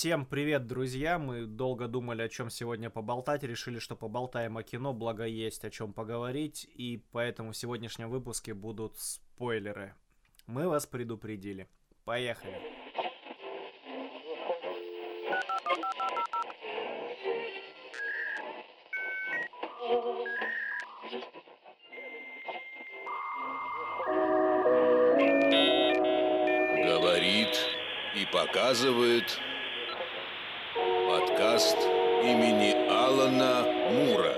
Всем привет, друзья! Мы долго думали, о чем сегодня поболтать, решили, что поболтаем о кино, благо есть о чем поговорить, и поэтому в сегодняшнем выпуске будут спойлеры. Мы вас предупредили. Поехали! Говорит и показывает подкаст имени Алана Мура.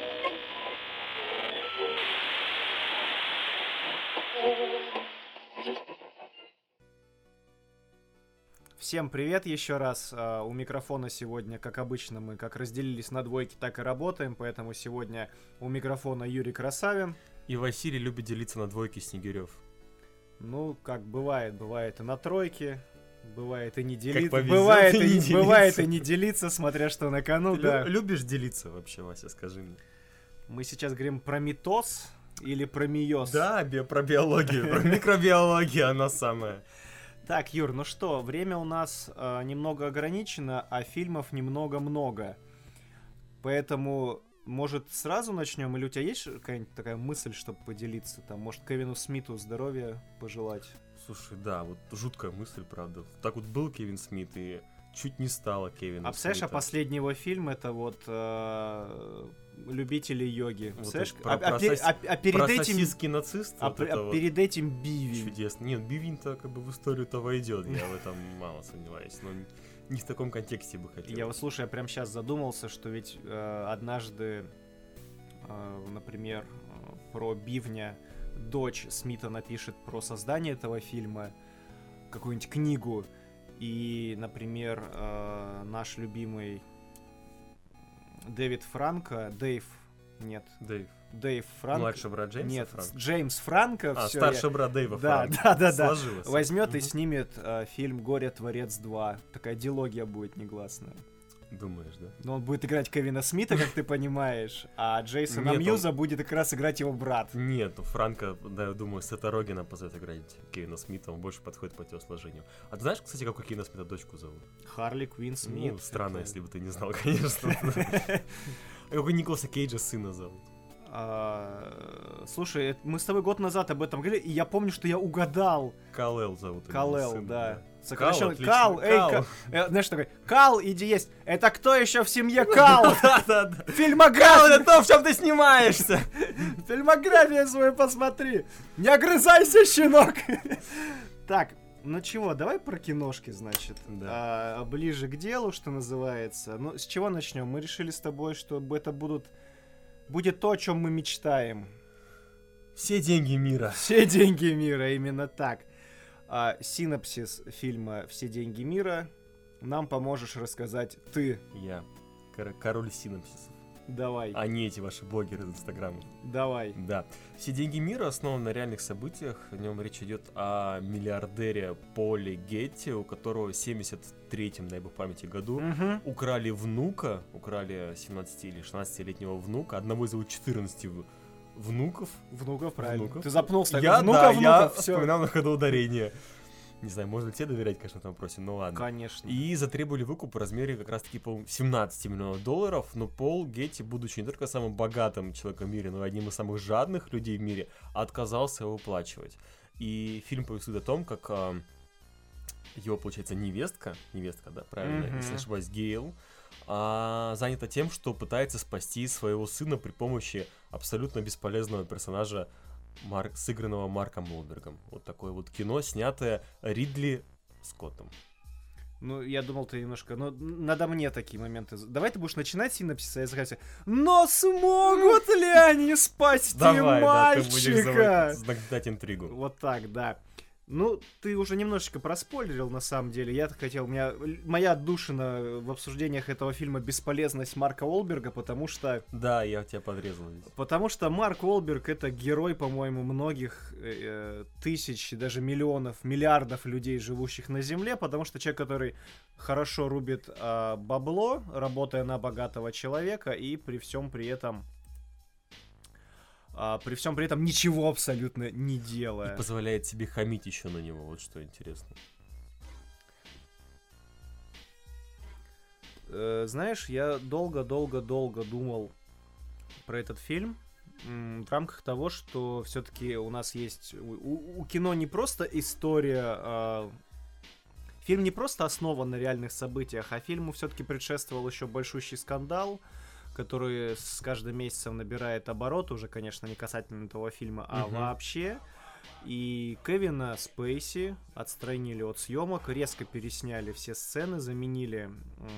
Всем привет еще раз. У микрофона сегодня, как обычно, мы как разделились на двойки, так и работаем, поэтому сегодня у микрофона Юрий Красавин. И Василий любит делиться на двойки Снегирев. Ну, как бывает и на тройке, бывает и не делиться, повезет, бывает и не делиться, смотря что на кону, Ты да. любишь делиться вообще, Вася, скажи мне? Мы сейчас говорим про митоз или про миоз? Да, про биологию, про микробиологию, она самая. Так, Юр, ну что, время у нас немного ограничено, а фильмов немного много. Поэтому, может, сразу начнем? Или у тебя есть какая-нибудь такая мысль, чтобы поделиться? Там, может, Кевину Смиту здоровья пожелать? Слушай, да, вот жуткая мысль, правда. Так вот был Кевин Смит и чуть не стало Кевина А представляешь, Смита. последний его фильм это вот «Любители йоги». Вот Представляешь? про Перед про этим... сосиски нацистов. перед этим Бивень. Чудесно. Нет, Бивень-то как бы в историю-то войдет, я в этом мало сомневаюсь. Но не в таком контексте бы хотел. Я вот, слушай, я прям сейчас задумался, что ведь однажды, например, про Бивня дочь Смита напишет про создание этого фильма какую-нибудь книгу, и, например, наш любимый Дэйв Франко. Младший брат Джеймса Нет, Франко? Джеймс Франко. Старший брат Дэйва Да, Франко. да. Сложилось. Возьмет и снимет фильм «Горе, творец 2». Такая дилогия будет негласная. Думаешь, да? Но он будет играть Кевина Смита, как ты понимаешь, а Джейсона Нет, Мьюза будет как раз играть его брат. Нет, Франко, да, я думаю, Сета Рогена позовет играть Кевина Смита, он больше подходит по телосложению. А ты знаешь, кстати, как у Кевина Смита дочку зовут? Харли Квинн Смит. Ну, странно, если бы ты не знал, конечно. А как у Николаса Кейджа сына зовут? Слушай, мы с тобой год назад об этом говорили, и я помню, что я угадал. Кал-Эл зовут. Кал-Эл, да. Сокращенно. Кал, эй, знаешь, такой, Кал, иди есть. Это кто еще в семье Кал? Да. Фильмография. Это то, в чем ты снимаешься. Фильмографию свою посмотри. Не огрызайся, щенок. Так, ну чего, давай про киношки, значит. Да. Ближе к делу, что называется. Ну, с чего начнем? Мы решили с тобой, что это будет то, о чем мы мечтаем. Все деньги мира. Все деньги мира, именно так. Синопсис фильма «Все деньги мира» нам поможешь рассказать ты. Я. Король синопсисов. Давай. А не эти ваши блогеры из Инстаграма. Давай. Да. «Все деньги мира» основан на реальных событиях. В нем речь идет о миллиардере Поле Гетти, у которого в 73-м, дай бог памяти, году украли 17 или 16-летнего внука, одного из его 14 внуков. Внуков, правильно. Внуков. Ты запнулся. Я Всё. вспоминал на ходу ударение. Не знаю, можно ли тебе доверять, конечно, в этом вопросе, но ладно. Конечно. И затребовали выкуп в размере как раз-таки, по-моему, 17 миллионов долларов, но Пол Гетти, будучи не только самым богатым человеком в мире, но и одним из самых жадных людей в мире, отказался его выплачивать. И фильм повествует о том, как его, получается, невестка, да, правильно, если не ошибаюсь, Гейл, занята тем, что пытается спасти своего сына при помощи абсолютно бесполезного персонажа, сыгранного Марком Уолбергом. Вот такое вот кино, снятое Ридли Скоттом. Ну, я думал, ты немножко... Ну, надо мне такие моменты... Давай ты будешь начинать синопсис, а я захожу. Но смогут ли они спасти мальчика? Давай, ты будешь дать интригу. Вот так, да. Ну, ты уже немножечко проспойлерил, на самом деле. Я хотел... Моя отдушина в обсуждениях этого фильма — бесполезность Марка Уолберга, потому что... Да, я тебя подрезал здесь. Потому что Марк Уолберг — это герой, по-моему, многих тысяч, даже миллионов, миллиардов людей, живущих на Земле, потому что человек, который хорошо рубит бабло, работая на богатого человека, и при всем при этом ничего абсолютно не делая. И позволяет себе хамить еще на него, вот что интересно. знаешь, я долго-долго-долго думал про этот фильм в рамках того, что все-таки у нас есть... У кино не просто история... Фильм не просто основан на реальных событиях, а фильму все-таки предшествовал еще большущий скандал, который с каждым месяцем набирает оборот, уже, конечно, не касательно этого фильма, а вообще. И Кевина Спейси отстранили от съемок, резко пересняли все сцены, заменили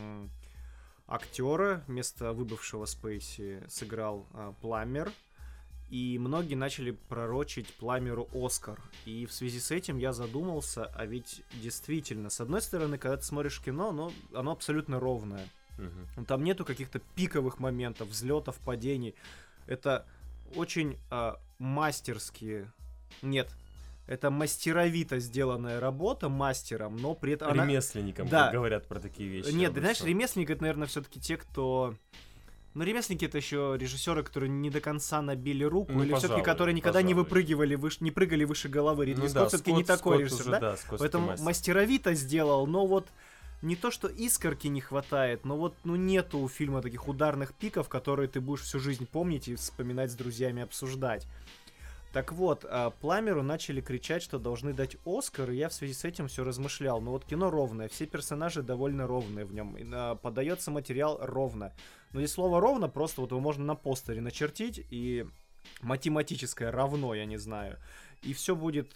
актера, вместо выбывшего Спейси сыграл Пламмер. И многие начали пророчить Пламмеру Оскар. И в связи с этим я задумался, а ведь действительно, с одной стороны, когда ты смотришь кино, оно абсолютно ровное. Там нету каких-то пиковых моментов, взлетов, падений. Это очень мастерские... Нет, это мастеровито сделанная работа мастером, но при этом... Ремесленникам говорят про такие вещи. Нет, ты знаешь, ремесленник — это, наверное, все-таки те, кто... Ну, ремесленники — это еще режиссеры, которые не до конца набили руку, или все-таки которые никогда не выпрыгивали, не прыгали выше головы. Ридли Скотт все-таки не такой режиссер, да? Поэтому мастеровито сделал, но вот не то, что искорки не хватает, но вот нету у фильма таких ударных пиков, которые ты будешь всю жизнь помнить и вспоминать с друзьями, обсуждать. Так вот, Пламмеру начали кричать, что должны дать Оскар, и я в связи с этим все размышлял. Но вот кино ровное, все персонажи довольно ровные в нем, подается материал ровно. Но здесь слово «ровно» просто вот его можно на постере начертить, и математическое равно, я не знаю, и все будет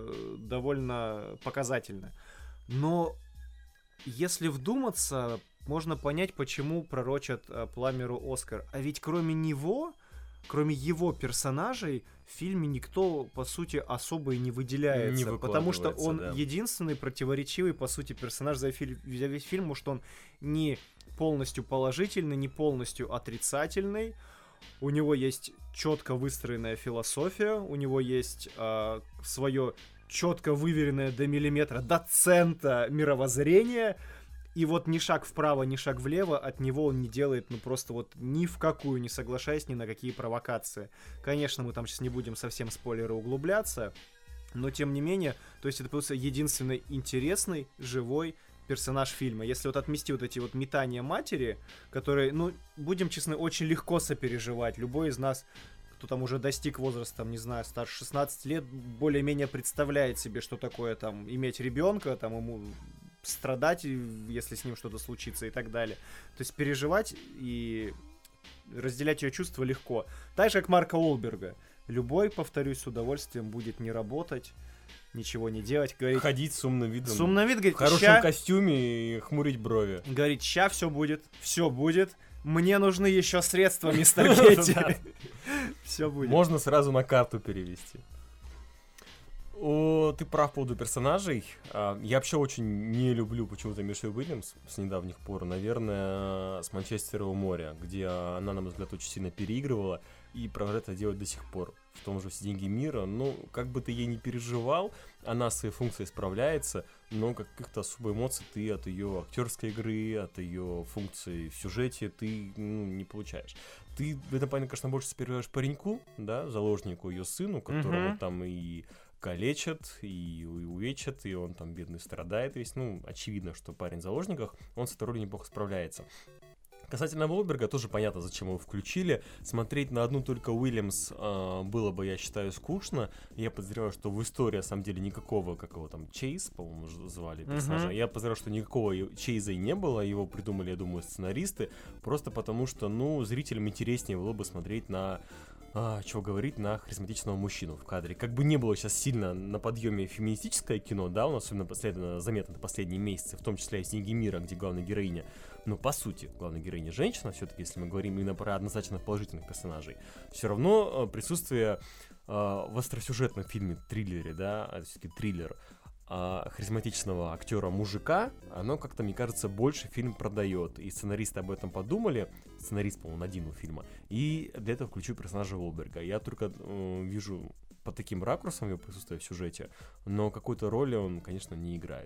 довольно показательно. Но если вдуматься, можно понять, почему пророчат Пламмеру Оскар. А ведь кроме него... Кроме его персонажей, в фильме никто, по сути, особо и не выделяется. Потому что он единственный противоречивый, по сути, персонаж за весь фильм. Может, он не полностью положительный, не полностью отрицательный. У него есть четко выстроенная философия, у него есть свое четко выверенное до миллиметра, до цента мировоззрение. И вот ни шаг вправо, ни шаг влево от него он не делает, просто вот ни в какую, не соглашаясь ни на какие провокации. Конечно, мы там сейчас не будем совсем спойлеры углубляться, но тем не менее, то есть это просто единственный интересный, живой персонаж фильма. Если вот отмести вот эти вот метания матери, которые, будем честны, очень легко сопереживать. Любой из нас, кто там уже достиг возраста, там, не знаю, старше 16 лет, более-менее представляет себе, что такое там иметь ребенка, там ему... страдать, если с ним что-то случится и так далее. То есть переживать и разделять ее чувства легко. Так же, как Марка Уолберга. Любой, повторюсь, с удовольствием будет не работать, ничего не делать. Говорить, ходить с умным видом. С умным видом, говорит, в хорошем костюме и хмурить брови. Говорит, ща все будет. Мне нужны еще средства, мистер Гетти. Все будет. Можно сразу на карту перевести. Ты прав по поводу персонажей. Я вообще очень не люблю почему-то Мишель Уильямс с недавних пор. Наверное, с «Манчестерового моря», где она, на мой взгляд, очень сильно переигрывала и продолжает это делать до сих пор. В том же «Все деньги мира». Как бы ты ей не переживал, она свои функции справляется, но каких-то особых эмоций ты от ее актерской игры, от ее функций в сюжете ты не получаешь. Ты в этом плане, конечно, больше сопереживаешь пареньку, да, заложнику, ее сыну, которого там и калечат, и увечат, и он там бедный страдает весь. Очевидно, что парень в заложниках, он с этой ролью неплохо справляется. Касательно Уолберга, тоже понятно, зачем его включили. Смотреть на одну только Уильямс было бы, я считаю, скучно. Я подозреваю, что в истории, на самом деле, никакого, как его там, Чейз, по-моему, звали персонажа. Я подозреваю, что никакого Чейза и не было. Его придумали, я думаю, сценаристы. Просто потому что, зрителям интереснее было бы смотреть на... чего говорить, на харизматичного мужчину в кадре. Как бы не было сейчас сильно на подъеме феминистическое кино, да, у нас особенно заметно последние месяцы, в том числе и «Снеги мира», где главная героиня, по сути, главная героиня женщина, все-таки, если мы говорим именно про однозначно положительных персонажей, все равно присутствие в остросюжетном фильме, триллере, да, это все-таки триллер, харизматичного актера-мужика, оно как-то, мне кажется, больше фильм продает. И сценаристы об этом подумали. Сценарист, по-моему, один у фильма. И для этого включу персонажа Уолберга. Я только вижу по таким ракурсам его присутствие в сюжете, но какой-то роли он, конечно, не играет.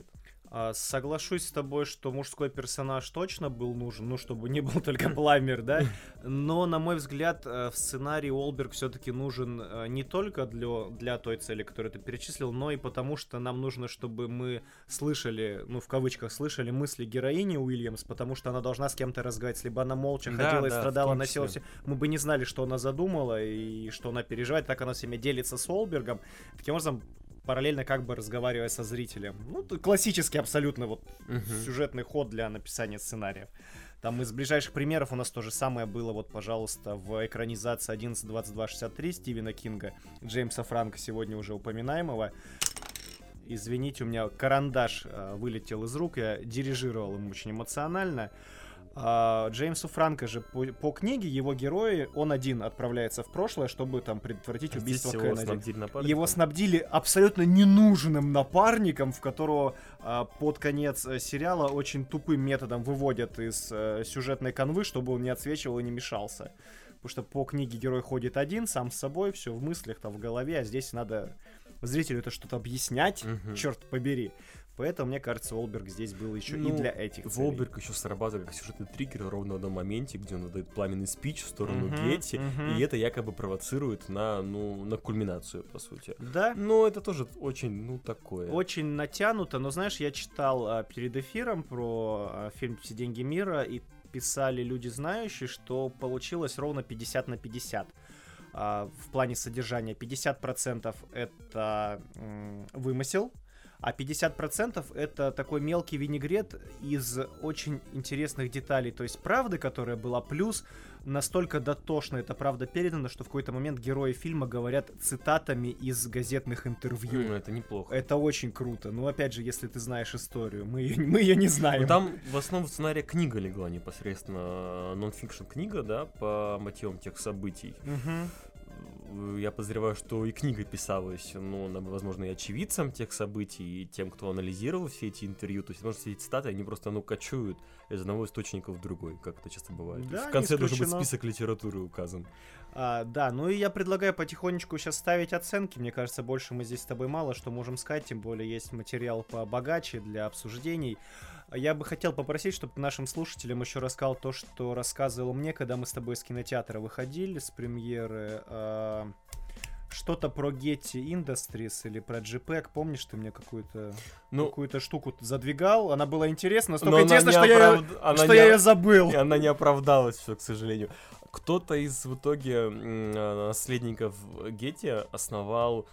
Соглашусь с тобой, что мужской персонаж точно был нужен, ну, чтобы не был только Пламмер, да? Но, на мой взгляд, в сценарии Уолберг все-таки нужен не только для той цели, которую ты перечислил, но и потому, что нам нужно, чтобы мы слышали, ну, в кавычках, слышали мысли героини Уильямс, потому что она должна с кем-то разговаривать. Либо она молча ходила и страдала, носилась, мы бы не знали, что она задумала и что она переживает. Так она всеми делится с Уолбергом. Таким образом, параллельно как бы разговаривая со зрителем. Ну, классический абсолютно вот сюжетный ход для написания сценариев. Там из ближайших примеров у нас то же самое было, вот, пожалуйста, в экранизации 11.22.63 Стивена Кинга, Джеймса Франка, сегодня уже упоминаемого. Извините, у меня карандаш вылетел из рук, я дирижировал им очень эмоционально. Джеймсу Франко же по книге его герои, он один отправляется в прошлое, чтобы там предотвратить убийство Кеннеди. Его снабдили абсолютно ненужным напарником, в которого под конец сериала очень тупым методом выводят из сюжетной канвы, чтобы он не отсвечивал и не мешался. Потому что по книге герой ходит один, сам с собой, все в мыслях, там в голове, а здесь надо зрителю это что-то объяснять, черт побери. Поэтому, мне кажется, Уолберг здесь был еще и для этих целей. Уолберг еще срабатывает как сюжетный триггер ровно в одном моменте, где он выдает пламенный спич в сторону Гетти, и это якобы провоцирует на кульминацию, по сути. Да. Но это тоже очень, такое. Очень натянуто, но, знаешь, я читал перед эфиром про фильм «Все деньги мира», и писали люди знающие, что получилось ровно 50 на 50. В плане содержания 50% это вымысел, а 50% это такой мелкий винегрет из очень интересных деталей. То есть правды, которая была, плюс настолько дотошно эта правда передана, что в какой-то момент герои фильма говорят цитатами из газетных интервью. Это неплохо. Это очень круто. Но опять же, если ты знаешь историю, мы ее не знаем. Но там в основном в сценарии книга легла непосредственно, нон-фикшн книга, да, по мотивам тех событий. Я подозреваю, что и книга писалась, возможно, и очевидцам тех событий, и тем, кто анализировал все эти интервью. То есть, может, все эти цитаты, они просто, кочуют из одного источника в другой, как это часто бывает. Да, в конце должен быть список литературы указан. Да, ну и я предлагаю потихонечку сейчас ставить оценки. Мне кажется, больше мы здесь с тобой мало что можем сказать, тем более есть материал побогаче для обсуждений. Я бы хотел попросить, чтобы ты нашим слушателям еще рассказал то, что рассказывал мне, когда мы с тобой из кинотеатра выходили, с премьеры. Что-то про Getty Industries или про JPEG. Помнишь, ты мне какую-то штуку задвигал? Она была интересна, настолько интересна, что я ее забыл. И она не оправдалась, все, к сожалению. Кто-то из, в итоге, наследников Getty основал,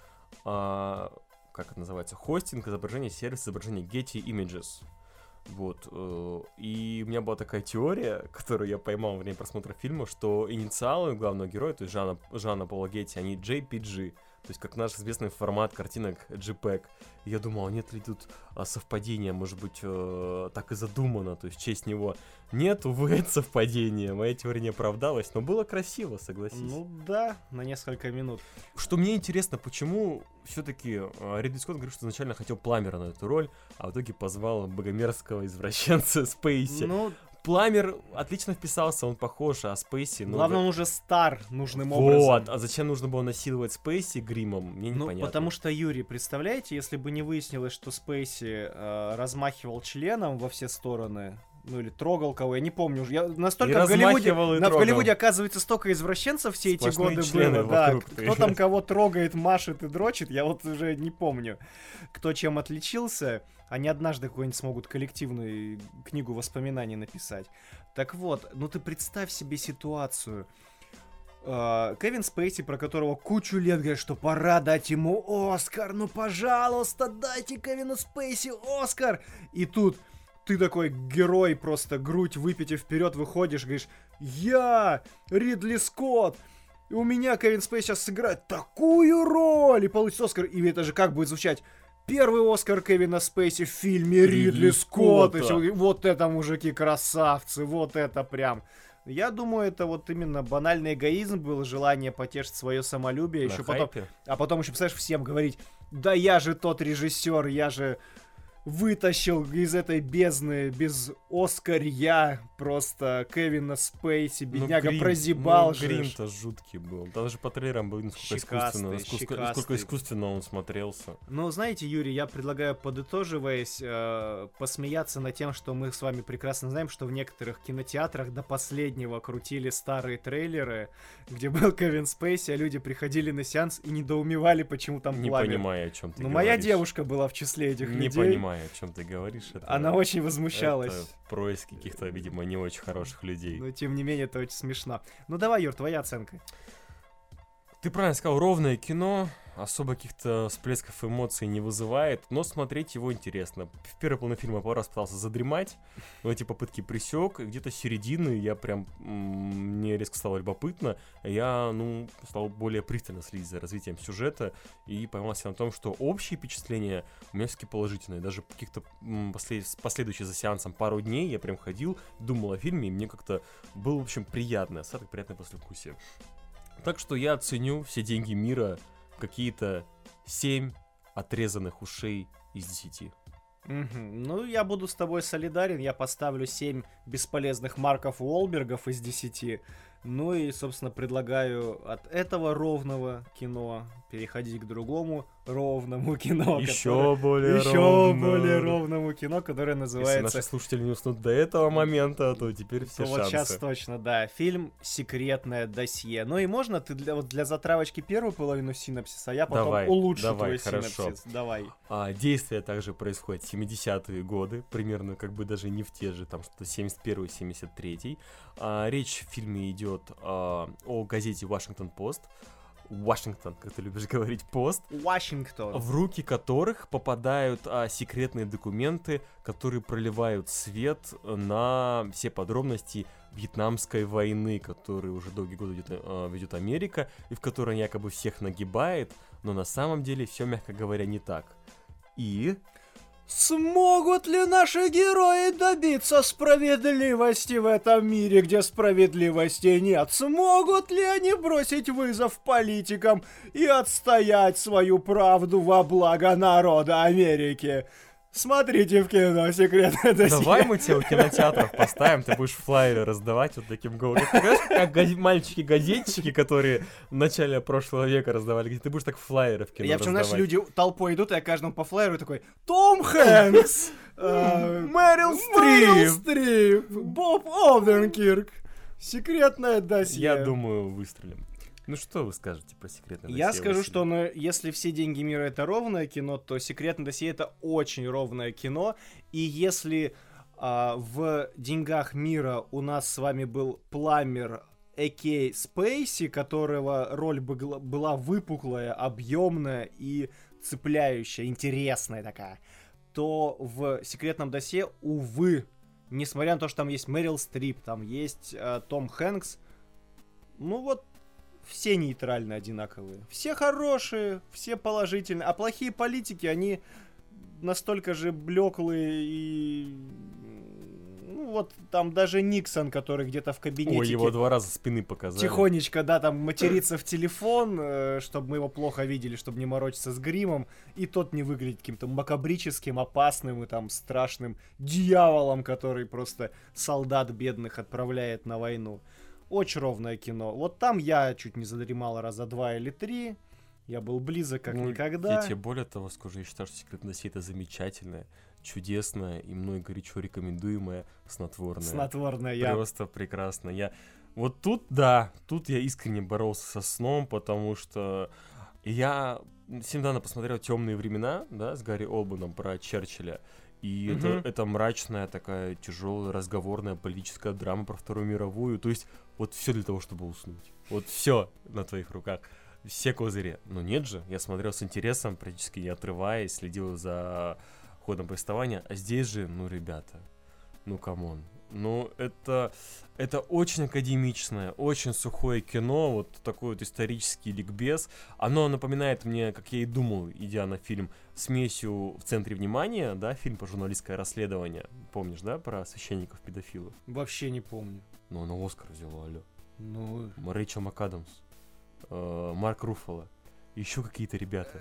как это называется, хостинг изображений, сервис изображений Getty Images. Вот. И у меня была такая теория, которую я поймал во время просмотра фильма, что инициалы главного героя, то есть Жана Пола Гетти, они JPG, то есть как наш известный формат картинок JPEG. И я думал, нет ли тут совпадения, может быть, так и задумано, то есть в честь него. Нет, увы, это совпадение, моя теория не оправдалась, но было красиво, согласись. Ну да, на несколько минут. Что мне интересно, почему все-таки Ридли Скотт говорит, что изначально хотел Пламмера на эту роль, а в итоге позвал богомерзкого извращенца Спейси. Пламмер отлично вписался, он похож, а Спейси... Главное, он уже стар нужным образом. Вот, а зачем нужно было насиловать Спейси гримом, мне непонятно. Потому что, Юрий, представляете, если бы не выяснилось, что Спейси размахивал членом во все стороны... или трогал кого, я не помню уже. Я настолько в Голливуде, оказывается, столько извращенцев все эти годы было. Да, кто там кого трогает, машет и дрочит, я вот уже не помню, кто чем отличился. Они однажды какую-нибудь смогут коллективную книгу воспоминаний написать. Так вот, ты представь себе ситуацию. Кевин Спейси, про которого кучу лет говорят, что пора дать ему Оскар. Пожалуйста, дайте Кевину Спейси Оскар. И тут ты такой герой, просто грудь выпитив вперед, выходишь, говоришь: я Ридли Скотт, и у меня Кевин Спейси сейчас сыграет такую роль и получит Оскар. И это же как будет звучать? Первый Оскар Кевина Спейси в фильме Ридли Скотта. Вот это, мужики, красавцы, вот это прям. Я думаю, это вот именно банальный эгоизм был, желание потешить свое самолюбие. Еще потом, а потом еще, представляешь, всем говорить: да я же тот режиссер, я же вытащил из этой бездны без Оскарья просто Кевина Спейси, бедняга прозябал же. Грим-то жуткий был. Даже по трейлерам было насколько искусственно он смотрелся. Ну, знаете, Юрий, я предлагаю, подытоживаясь, посмеяться над тем, что мы с вами прекрасно знаем, что в некоторых кинотеатрах до последнего крутили старые трейлеры, где был Кевин Спейси, а люди приходили на сеанс и недоумевали, почему там не пламя. Не понимаю, о чем ты говоришь. Моя девушка была в числе этих людей. Не понимаю, о чем ты говоришь. Она очень возмущалась. Это происк каких-то, видимо, не очень хороших людей. Но, тем не менее, это очень смешно. Ну, давай, Юр, твоя оценка. Ты правильно сказал, ровное кино, особо каких-то всплесков эмоций не вызывает, но смотреть его интересно. В первой половине фильма пару раз пытался задремать, но эти попытки пресек, где-то с середины я прям, мне резко стало любопытно, я, стал более пристально следить за развитием сюжета и поймался на том, что общие впечатления у меня все-таки положительные. Даже каких-то последующих за сеансом пару дней я прям ходил, думал о фильме, и мне как-то был, в общем, приятный осадок, приятное послевкусие. Так что я ценю все деньги мира, какие-то 7 отрезанных ушей из 10. Ну, я буду с тобой солидарен, я поставлю 7 бесполезных Марков Уолбергов из 10. Ну и, собственно, предлагаю от этого ровного кино переходить к другому ровному кино. Еще более ровному кино, которое называется... Если наши слушатели не уснут до этого момента, то теперь все шансы. Вот сейчас точно, да. Фильм «Секретное досье». Ну и можно ты для затравочки первую половину синопсиса, а я потом улучшу твой синопсис. Давай. Действие также происходит в 70-е годы, примерно как бы даже не в те же, там что-то 71-73. Речь в фильме идет о газете «Вашингтон-Пост». Вашингтон, как ты любишь говорить, пост. Вашингтон. В руки которых попадают секретные документы, которые проливают свет на все подробности Вьетнамской войны, которую уже долгие годы ведет Америка, и в которой она якобы всех нагибает, но на самом деле все, мягко говоря, не так. И... Смогут ли наши герои добиться справедливости в этом мире, где справедливости нет? Смогут ли они бросить вызов политикам и отстоять свою правду во благо народа Америки? Смотрите в кино «Секретное досье». Давай мы тебя у кинотеатров поставим, ты будешь флайеры раздавать вот таким голосом. Понимаешь, как мальчики-газетчики, которые в начале прошлого века раздавали, ты будешь так флайеры в кино раздавать. Причем, знаешь, люди толпой идут, и я каждому по флайеру такой: Том Хэнкс, Мэрил Стрип, Боб Оденкирк, «Секретное досье». Я думаю, выстрелим. Ну что вы скажете про «Секретное досье»? Я скажу, что если все деньги мира это ровное кино, то «Секретное досье» это очень ровное кино. И если в деньгах мира у нас с вами был Пламмер А.К. Спейси, которого роль была выпуклая, объемная и цепляющая, интересная такая, то в «Секретном досье», увы, несмотря на то, что там есть Мэрил Стрип, там есть Том Хэнкс, все нейтрально одинаковые. Все хорошие, все положительные. А плохие политики, они настолько же блеклые и... там даже Никсон, который где-то в кабинете... Ой, его 2 раза спины показали. Тихонечко, там матерится в телефон, чтобы мы его плохо видели, чтобы не морочиться с гримом. И тот не выглядит каким-то макабрическим, опасным и там страшным дьяволом, который просто солдат бедных отправляет на войну. Очень ровное кино. Вот там я чуть не задремал раза 2 или 3. Я был близок как никогда. Я тебе более того скажу, я считаю, что «Секретное досье» это замечательное, чудесное и мной горячо рекомендуемое снотворное. Снотворное, Просто прекрасно. Вот тут я искренне боролся со сном, потому что я недавно посмотрел «Темные времена», да, с Гарри Олдманом про Черчилля. И это мрачная такая тяжелая разговорная политическая драма про Вторую мировую. То есть вот все для того, чтобы уснуть. Вот все на твоих руках. Все козыри. Но нет же, я смотрел с интересом, практически не отрываясь, следил за ходом повествования. А здесь же, ребята, камон. Это очень академичное, очень сухое кино, вот такой вот исторический ликбез. Оно напоминает мне, как я и думал, идя на фильм, смесью «В центре внимания», да, фильм про журналистское расследование. Помнишь, да, про священников-педофилов? Вообще не помню. Ну, она Оскар взяла, алло. Рэйчел МакАдамс, Марк Руффало. еще какие-то ребята.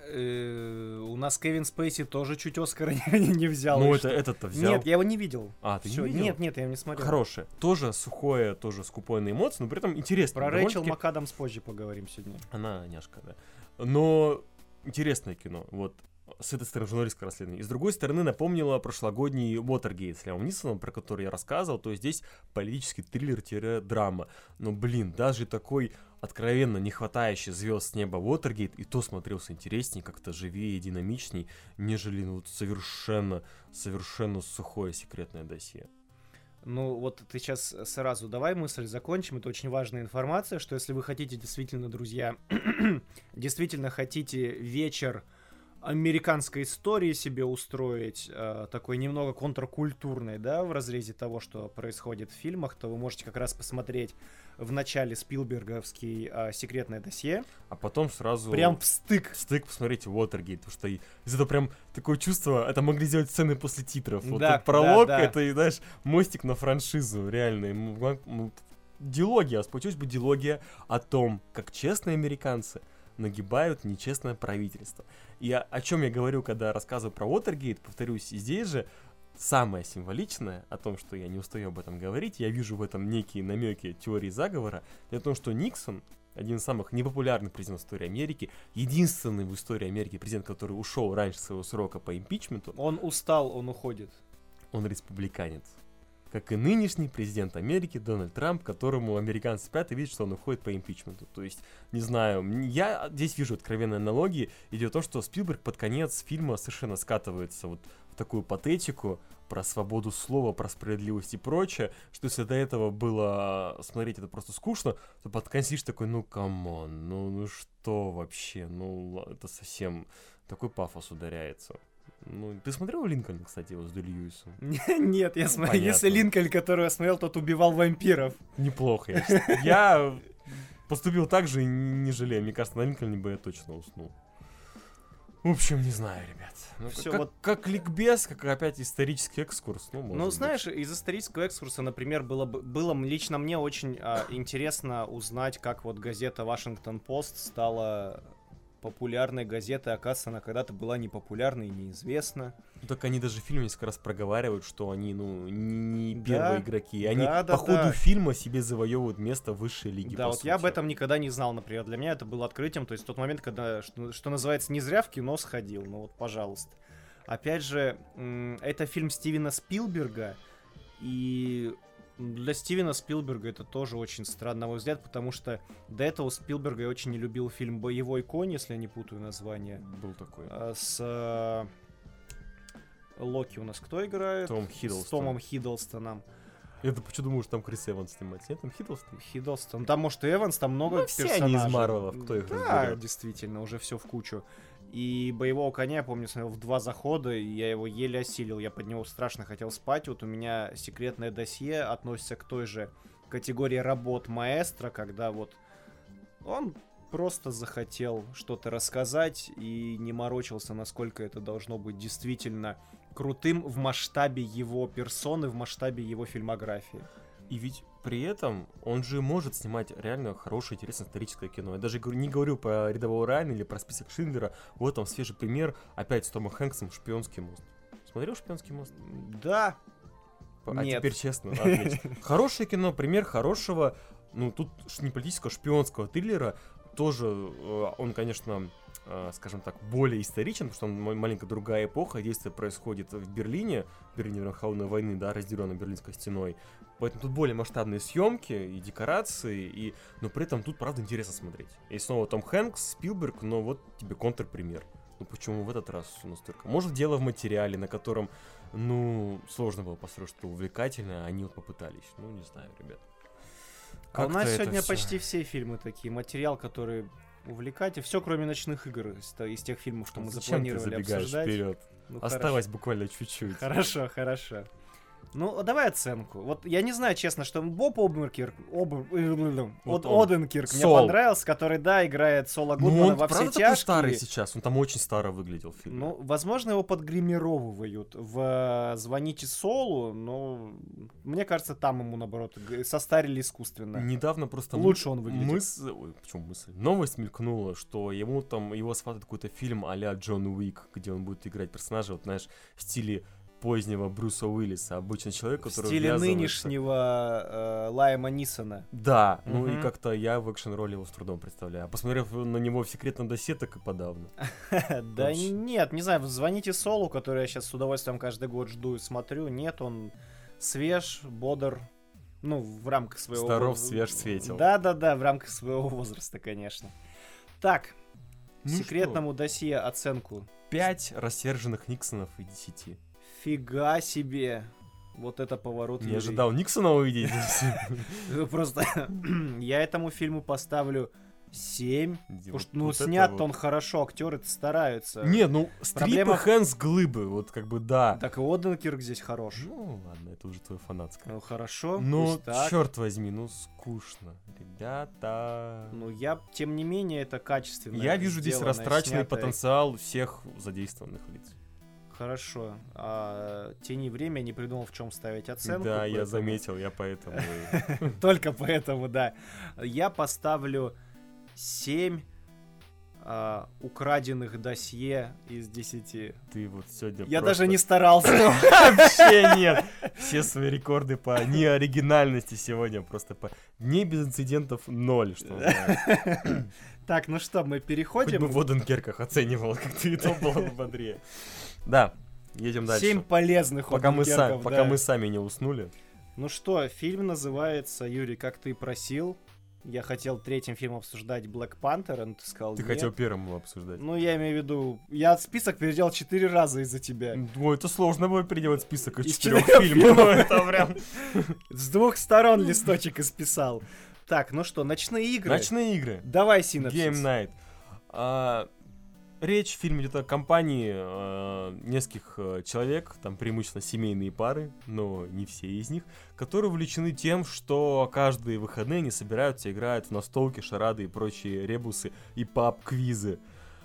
У нас Кевин Спейси тоже чуть Оскара не взял. Ну, и что? этот-то взял. Нет, я его не видел. Ты Всё, не видел? Нет, я его не смотрел. Хорошее. Тоже сухое, тоже скупое на эмоции, но при этом интересно. Про Рэйчел МакАдамс позже поговорим сегодня. Она няшка, да. Но интересное кино. Вот. С этой стороны журналистское расследование. И с другой стороны напомнила прошлогодний Уотергейт с Лиамом Нисоном, про который я рассказывал. То есть здесь политический триллер-драма. Но, даже такой откровенно не хватающий звезд с неба Уотергейт и то смотрелся интереснее, как-то живее и динамичней, нежели совершенно сухое секретное досье. Ну, вот ты сейчас сразу давай мысль закончим. Это очень важная информация, что если вы хотите действительно, друзья, действительно хотите вечер американской истории себе устроить, такой немного контркультурной, да, в разрезе того, что происходит в фильмах, то вы можете как раз посмотреть в начале спилберговский секретное досье. А потом сразу... Прям в стык. Посмотрите Уотергейт, потому что из этого прям такое чувство, это могли сделать сцены после титров. Вот Да, тот пролог, да. это, знаешь, мостик на франшизу, реально. Дилогия, сплотилась бы дилогия о том, как честные американцы нагибают нечестное правительство. И о чем я говорю, когда рассказываю про Уотергейт, повторюсь, здесь же самое символичное о том, что я не устаю об этом говорить, я вижу в этом некие намеки теории заговора, это то, что Никсон, один из самых непопулярных президентов в истории Америки, единственный в истории Америки президент, который ушел раньше своего срока по импичменту. Он устал, он уходит. Он республиканец. Как и нынешний президент Америки Дональд Трамп, которому американцы спят и видят, что он уходит по импичменту. То есть, не знаю, я здесь вижу откровенные аналогии. Идет то, что Спилберг под конец фильма совершенно скатывается вот в такую патетику про свободу слова, про справедливость и прочее, что если до этого было смотреть это просто скучно, то под конец сидишь такой, ну камон, ну что вообще, ну это совсем такой пафос ударяется. Ну, ты смотрел Линкольн, кстати, его с Дюль Льюисом? Нет, я смотрел. Понятно. Если Линкольн, которого я смотрел, тот убивал вампиров. Неплохо, я считаю. Я поступил так же и не жалею. Мне кажется, на Линкольне бы я точно уснул. В общем, не знаю, ребят. Ну, Всё, как ликбез, как опять исторический экскурс. Ну, знаешь, из исторического экскурса, например, было лично мне очень интересно узнать, как вот газета «Вашингтон-Пост» стала популярной газетой, оказывается, она когда-то была непопулярной и неизвестна. Так они даже в фильме несколько раз проговаривают, что они, не первые игроки. Они по ходу фильма себе завоевывают место в высшей лиге. Да, вот я об этом никогда не знал, например. Для меня это было открытием. То есть в тот момент, когда, что называется, не зря в кино сходил. Ну вот, пожалуйста. Опять же, это фильм Стивена Спилберга. И для Стивена Спилберга это тоже очень странно, на мой взгляд, потому что до этого Спилберга я очень не любил фильм «Боевой конь», если я не путаю название. Был такой. С Локи у нас кто играет? Том Хиддлстон. С Томом Хиддлстоном. Я почему думаю, что там Крис Эванс снимается? Нет, там Хиддлстон? Хиддлстон. Там, может, и Эванс, там много персонажей. Все они из Марвелов, кто их разберет. Действительно, уже все в кучу. И «Боевого коня», я помню, смотрел в 2 захода, и я его еле осилил. Я под него страшно хотел спать. Вот у меня секретное досье относится к той же категории работ маэстро, когда вот он просто захотел что-то рассказать и не морочился, насколько это должно быть действительно крутым в масштабе его персоны, в масштабе его фильмографии. И ведь при этом он же может снимать реально хорошее, интересное историческое кино. Я даже не говорю про «Рядового Райана» или про «Список Шиндлера». Вот там свежий пример, опять с Томом Хэнксом, «Шпионский мост». Смотрел «Шпионский мост»? Да. А Нет. теперь честно, отлично. Хорошее кино, пример хорошего, тут не политического, шпионского триллера. Тоже он, конечно, скажем так, более историчен, потому что он маленько другая эпоха. Действие происходит в Берлине во время холодной войны, да, разделенной Берлинской стеной. Поэтому тут более масштабные съемки и декорации, но при этом тут, правда, интересно смотреть. И снова Том Хэнкс, Спилберг, но вот тебе контрпример. Почему в этот раз настолько? Может, дело в материале, на котором, сложно было построить что-то увлекательное, а они вот попытались. Не знаю, ребят. А у нас сегодня почти все фильмы такие. Материал, который увлекательный. Все, кроме «Ночных игр» из тех фильмов, что мы запланировали обсуждать. Вперед? Осталось буквально чуть-чуть. Хорошо. Ну, давай оценку. Вот я не знаю, честно, что Боб Оденкирк Вот он. Оденкирк мне Сол. понравился, который, да, играет Сола Ну, Гудмана он во все правда такой старый тяжкие. сейчас? Он там очень старо выглядел в фильме. Ну, возможно, его подгримировывают в «Звоните Солу», но мне кажется, там ему, наоборот, состарили искусственно. Недавно просто Лучше он выглядит. Почему мысль? Новость мелькнула, что его сватает какой-то фильм а-ля Джон Уик, где он будет играть персонажа, вот знаешь, в стиле позднего Брюса Уиллиса, обычный человек, В который стиле ввязывается. нынешнего Лайма Нисона. Да, ну и Мгм. как-то я в экшен-роли его с трудом представляю. А посмотрев на него в секретном досье, так и подавно. Да Вообще. нет, не знаю, «Звоните Солу», который я сейчас с удовольствием каждый год жду и смотрю, нет, он свеж, бодр, ну, в рамках своего... Здоров, свеж, светел. Да-да-да, в рамках своего возраста, конечно. Так, Ну секретному досье оценку. 5 рассерженных Никсонов и 10. Фига себе. Вот это поворот. Не Юрий. ожидал Никсона увидеть. Просто я этому фильму поставлю 7. Потому что, ну, Вот это снят вот. он хорошо, актеры проблема- Не, ну, стрипы Хэнс Глыбы, вот как бы да. Так и Оденкирк здесь хорош. Ну, ладно, это уже твое фанатское. Ну, хорошо, Ну, пусть так. черт возьми, ну, скучно. Ребята. Ну, я, тем не менее, это качественно. Я вижу здесь сделанное, растраченный снятое. потенциал всех задействованных лиц. Хорошо. А «Тени времени» не придумал, в чем ставить оценку. Да, я поэтому- заметил, я поэтому... Только поэтому, да. Я поставлю 7 украденных досье из 10. Ты вот сегодня Я просто- даже не старался. Вообще нет. Все свои рекорды по неоригинальности сегодня просто по... Дней без инцидентов 0, что называется. Так, ну что, мы Хоть бы переходим. в Оденкерках оценивал, как ты, и то было бы бодрее. Да, едем дальше. 7 полезных Пока Оденкерков, пока да. мы сами не уснули. Ну что, фильм называется, Юрий, как ты и просил. Я хотел третьим фильмом обсуждать Black Panther, но ты сказал Ты нет. хотел первым его обсуждать. Ну, я имею в виду, я список переделал 4 раза из-за тебя. Ой, это сложно было переделать список из Из 4 4 фильмов. Это прям... С 2 сторон листочек исписал. Так, ну что, ночные игры. Ночные игры. Давай синопсис. Game Night. Речь в фильме идет о компании нескольких человек, там преимущественно семейные пары, но не все из них, которые увлечены тем, что каждые выходные они собираются, играют в настолки, шарады и прочие ребусы и паб-квизы.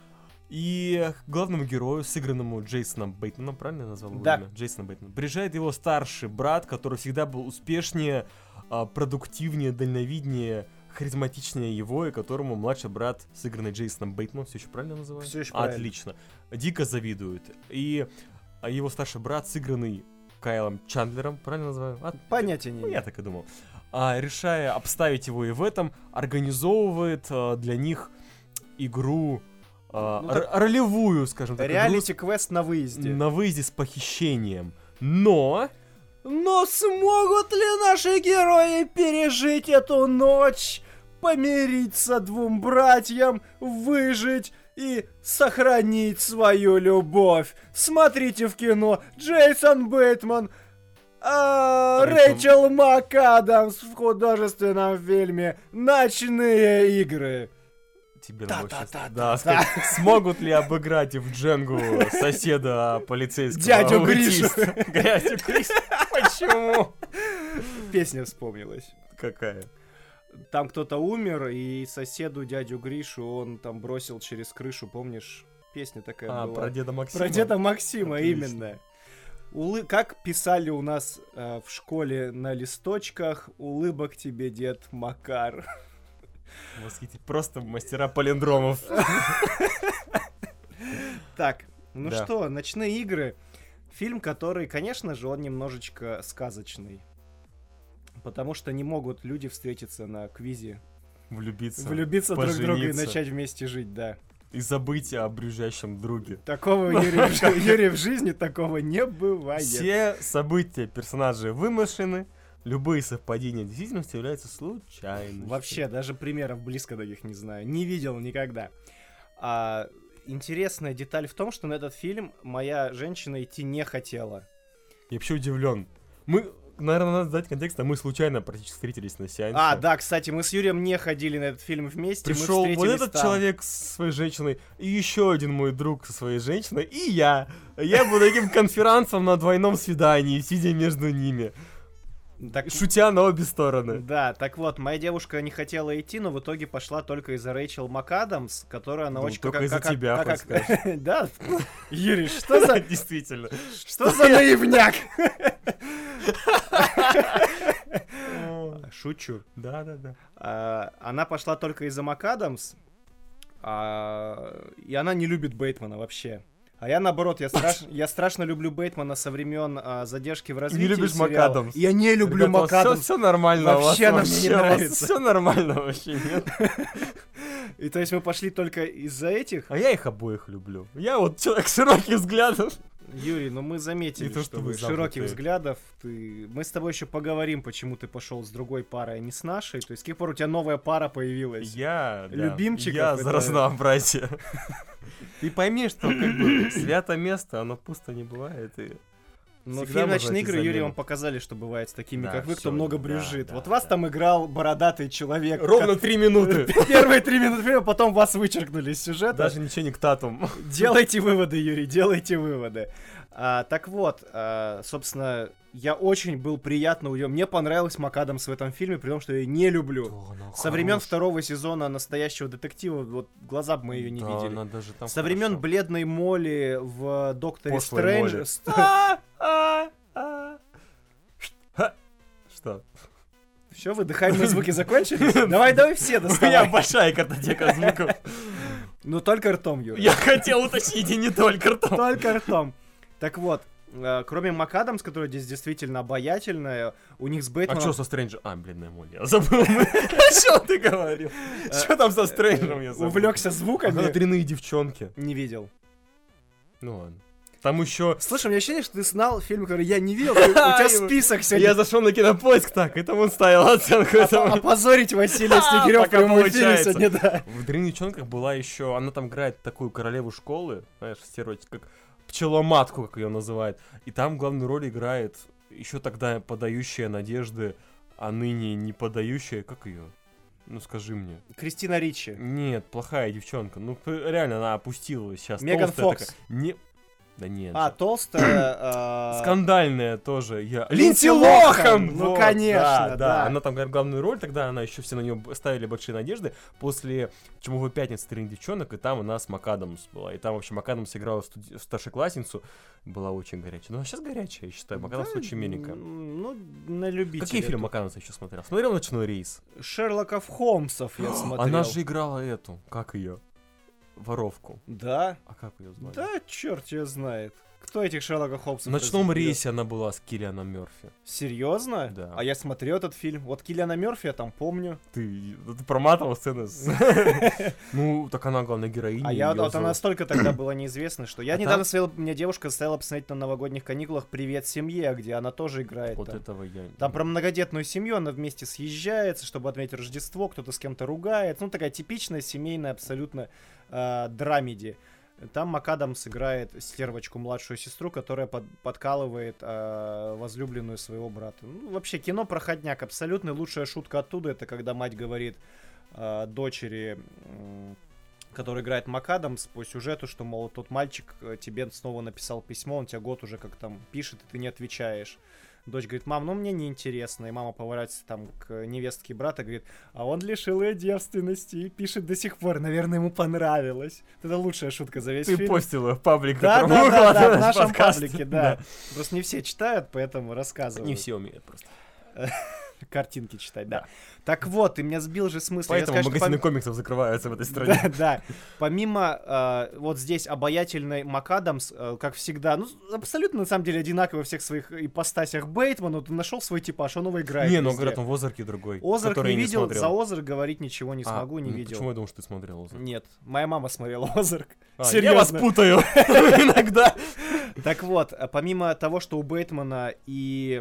И главному герою, сыгранному Джейсоном Бейтманом, правильно я назвал его Да. имя? Джейсоном Бейтманом, приезжает его старший брат, который всегда был успешнее, продуктивнее, дальновиднее, харизматичнее его, и которому младший брат, сыгранный Джейсоном Бейтманом, все еще правильно называю? Всё ещё правильно. Отлично. Дико завидует. И его старший брат, сыгранный Кайлом Чандлером, правильно называю? Понятия не Ну, я имею. так и думал. Решая обставить его и в этом, организовывает для них игру, так- ролевую, скажем так, игру Реалити-квест на выезде. на выезде с похищением. Но... Но смогут ли наши герои пережить эту ночь, помириться двум братьям, выжить и сохранить свою любовь? Смотрите в кино Джейсон Бейтман, Рэйчел МакАдамс в художественном фильме «Ночные игры». Тебе надо сейчас- Та-та-та-та-та. да, сказать, смогут ли обыграть в Дженгу соседа полицейского? Дядю Гришу. аутиста? Дядю Гришу. Почему? Песня вспомнилась. Какая? Там кто-то умер, и соседу дядю Гришу он там бросил через крышу, помнишь? Песня такая была. Про деда Максима? Про деда Максима, Отлично. именно. Как писали у нас в школе на листочках, улыбок тебе, дед Макар. Восхитительно. Просто мастера палиндромов. Так, ну Да. что, «Ночные игры». Фильм, который, конечно же, он немножечко сказочный. Потому что не могут люди встретиться на квизе, Влюбиться. влюбиться друг в друга и пожениться. начать вместе жить, да. И забыть о брюзжащем друге. Такого Юрий в жизни такого не бывает. Все события персонажей вымышлены, любые совпадения в действительности являются случайностью. Вообще, даже примеров близко таких не знаю. Не видел никогда. Интересная деталь в том, что на этот фильм моя женщина идти не хотела. Я вообще удивлен. Мы наверное, надо дать контекст, а мы случайно практически встретились на сеансе. А, да, кстати, мы с Юрием не ходили на этот фильм вместе, Пришел мы вот встретились этот там. человек с своей женщиной, и еще один мой друг со своей женщиной, и я. Я был таким конферансом на двойном свидании, сидя между ними. Так, Шутя на обе стороны. да, так вот, моя девушка не хотела идти, но в итоге пошла только из-за Рэйчел МакАдамс, которая она Ну, очень... только из-за тебя, хоть скажешь. Да, Юрий, что за... Действительно. Что за наивняк? Шучу. Да. Она пошла только из-за МакАдамс, и она не любит Бейтмана вообще. А я наоборот, я страшно люблю Бейтмана со времен задержки в развитии. Не любишь сериала. МакАдамс. Я не люблю МакАдамс. Все нормально. Вообще она мне не нравится. Все нормально вообще, нет? И то есть мы пошли только из-за этих. А я их обоих люблю. Я вот человек широких взглядов. Юрий, ну мы заметили, Не то, что что вы вы широких замкнутые. взглядов. Мы с тобой еще поговорим, почему ты пошел с другой парой, а не с нашей. То есть с каких пор у тебя новая пара появилась? Я, да, Любимчиков я это- за разнообразие. Ты пойми, что как бы свято место, оно пусто не бывает. И... Но всегда фильм можно «Ночные найти игры» Юрий замену. вам показали, что бывает с такими, Да, как вы, кто всё, много да, брюзжит. да, Вот да. вас там играл бородатый человек. Ровно 3 минуты. Первые 3 минуты фильма, потом вас вычеркнули из сюжета. Даже ничего не к татум. Делайте выводы, Юрий, делайте выводы. Так вот, собственно, я очень был приятно удивлен. Мне понравилась МакАдамс в этом фильме, при том, что я ее не люблю. Со времен второго сезона «Настоящего детектива», вот глаза бы мы ее не видели. Она даже там Со времен хорошо. бледной Молли в «Докторе Пошлой Стрэндж». Молли. Что? Все, выдыхаемые звуки закончились? Давай все У меня доставай. большая картотека звуков. Ну только ртом, Юра. Я хотел уточнить, и не только ртом. Только ртом. Так вот, кроме МакАдамс, которая здесь действительно обаятельная, у них с А Бейтманом... что со Стрэнджем? А, бледная Молли, я забыл. Что ты говорил? Что там со Стрэнджем, я забыл? Увлекся звуками. Дрянные девчонки. Не видел. Ну ладно. Там еще... Слушай, у меня ощущение, что ты знал фильм, который я не видел. У тебя список Я сегодня. зашел на Кинопоиск, так, это он ставил оценку этому. Опозорить Василия Снегирёва в Пока прямом эфире получается. сегодня, да. В «Дрянных девчонках» была еще... Она там играет такую королеву школы, знаешь, стереотип, как пчеломатку, как ее называют. И там главную роль играет еще тогда подающая надежды, а ныне не подающая... Как ее? Ну скажи мне. Кристина Ричи. Нет, плохая девчонка. Ну реально, она опустилась сейчас. Меган толстая Фокс. такая. Не... Да нет. А, же. толстая... Скандальная тоже. Я... Линдси Линдси Лохан! Ну, Вот, конечно, да. да. Она там играет главную роль, тогда она еще все на нее ставили большие надежды. После «Чумовой пятницы» «Дрянных девчонок», и там у нас МакАдамс была. И там вообще МакАдамс играла старшеклассницу. Была очень горячая. Ну, а сейчас горячая, я считаю. МакАдамс Да, очень миленькая. Ну, на любителя. Какие фильмы МакАдамс еще смотрел? Смотрел «Ночной рейс». Шерлоков Холмсов я смотрел. Она же играла эту, как ее? Воровку. Да? А как ее звали? Да, черт ее знает. Кто этих Шерлока Холмсов В «Ночном разберет? рейсе» она была с Киллианом Мерфи. Серьезно? Да. А я смотрел этот фильм. Вот Киллиана Мерфи я там помню. Ты проматывал сцены с... Ну, так она главная героиня. А я её вот она зовут. настолько тогда была неизвестна, что... Я А недавно там- смотрел, меня девушка заставила посмотреть на новогодних каникулах «Привет, семье», где она тоже играет. Вот там. этого я... Там про многодетную семью, она вместе съезжается, чтобы отметить Рождество, кто-то с кем-то ругается. Ну, такая типичная семейная абсолютно драмеди. Там МакАдамс играет стервочку, младшую сестру, которая подкалывает возлюбленную своего брата. Ну, вообще, кино проходняк. Абсолютно лучшая шутка оттуда, это когда мать говорит дочери, который играет МакАдамс, по сюжету, что, мол, тот мальчик тебе снова написал письмо, он тебя год уже как там пишет, и ты не отвечаешь. Дочь говорит: мам, ну мне неинтересно. И мама поворачивается там к невестке брата, говорит: а он лишил ее девственности и пишет до сих пор. Наверное, ему понравилось. Это лучшая шутка за весь Ты фильм. постила в паблик, Да, который да, мы да, да, в выкладываем нашем подкаст. паблике, да. Просто не все читают, поэтому рассказываю. Не все умеют просто. Картинки читать, да. Так вот, ты меня сбил же с мысли. Я Поэтому скажу, что магазины комиксов закрываются в этой стране. Да, да. Помимо вот здесь обаятельной МакАдамс, как всегда, ну, абсолютно, на самом деле, одинаковый во всех своих ипостасях Бейтман, вот он нашел свой типаж, он его играет Не, ну везде. говорят, он в Озарке другой. Озарк который не я видел, смотрел. за Озарк говорить ничего не смогу, не ну видел. Почему я думал, что ты смотрел Озарк? Нет, моя мама смотрела Озарк. Я Серьезно. вас путаю иногда. Так вот, помимо того, что у Бейтмана и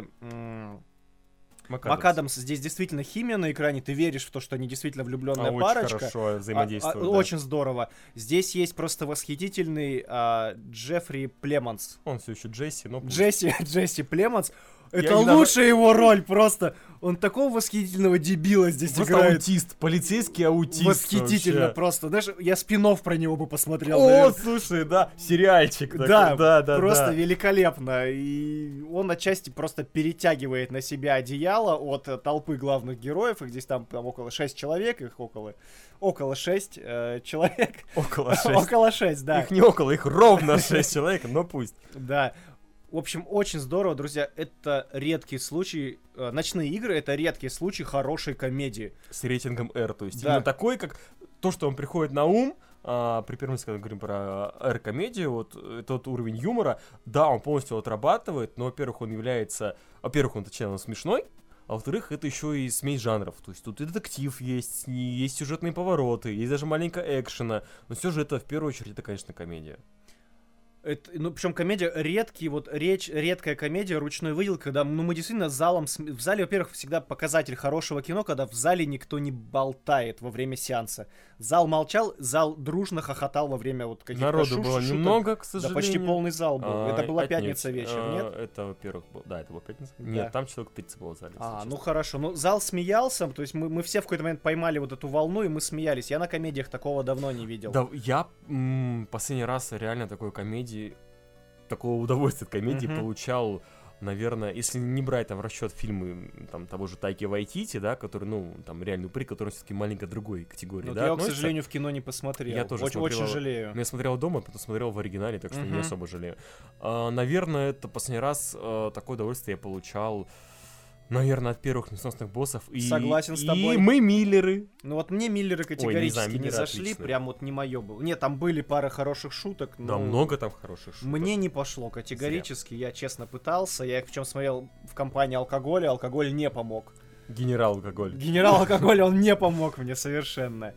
МакАдамс здесь действительно химия на экране, ты веришь в то, что они действительно влюбленная парочка. Очень хорошо взаимодействуют. да. Очень здорово. Здесь есть просто восхитительный Джеффри Племонс. Он все еще Джесси, но... Джесси Племонс. Это лучшая его роль просто. Он такого восхитительного дебила здесь просто играет. Аутист, полицейский аутист. Восхитительно вообще. просто. Знаешь, я спин-офф про него бы посмотрел. О, наверное. слушай, да, сериальчик. Такой. Да, да, просто да. великолепно. И он отчасти просто перетягивает на себя одеяло от толпы главных героев. Их здесь там около 6 человек, их около 6 человек. Около 6. Около 6, да. Их не около, их ровно 6 человек, но пусть. Да. В общем, очень здорово, друзья. Это редкий случай. Ночные игры — это редкий случай хорошей комедии. С рейтингом R, то есть Да. именно такой, как то, что вам приходит на ум, при первом месте, когда говорим про R-комедию, вот тот уровень юмора, да, он полностью отрабатывает, но, во-первых, он является... Во-первых, он смешной, а во-вторых, это еще и смесь жанров. То есть тут и детектив есть, есть сюжетные повороты, есть даже маленько экшена, но все же это, в первую очередь, это, конечно, комедия. Ну, причем комедия редкая комедия ручной выделки, когда мы действительно в зале, во-первых, всегда показатель хорошего кино, когда в зале никто не болтает во время сеанса. Зал молчал, зал дружно хохотал во время вот каких-то Народу было шуток. немного, к Да, сожалению. почти полный зал был. Это была отнюдь. пятница вечер, нет? Это, во-первых, это была пятница? Да. Нет, там человек 30 было в зале. если Ну честно. хорошо. Ну, зал смеялся, то есть мы все в какой-то момент поймали вот эту волну, и мы смеялись. Я на комедиях такого давно не видел. Да, я последний раз реально такого удовольствия от комедии получал, наверное, если не брать там в расчет фильмы там того же Тайки Вайтити, да, который, ну, там реальный упырь, который все-таки маленько другой категории, Ну, да, я, к относится. сожалению, в кино не посмотрел. Я тоже очень смотрел, жалею. Но я смотрел дома, потом смотрел в оригинале, так что не особо жалею. Наверное, это последний раз такое удовольствие я получал, наверное, от первых несносных боссов. Согласен с тобой. И мы Миллеры. Ну вот мне Миллеры категорически знаю, не Миллеры зашли, отличные. прям вот не мое было. Нет, там были пара хороших шуток, но... Да, много там хороших шуток. Мне не пошло категорически, я честно пытался. Я причем смотрел в компании алкоголя, алкоголь не помог. Генерал алкоголь. Генерал алкоголь, он не помог мне совершенно.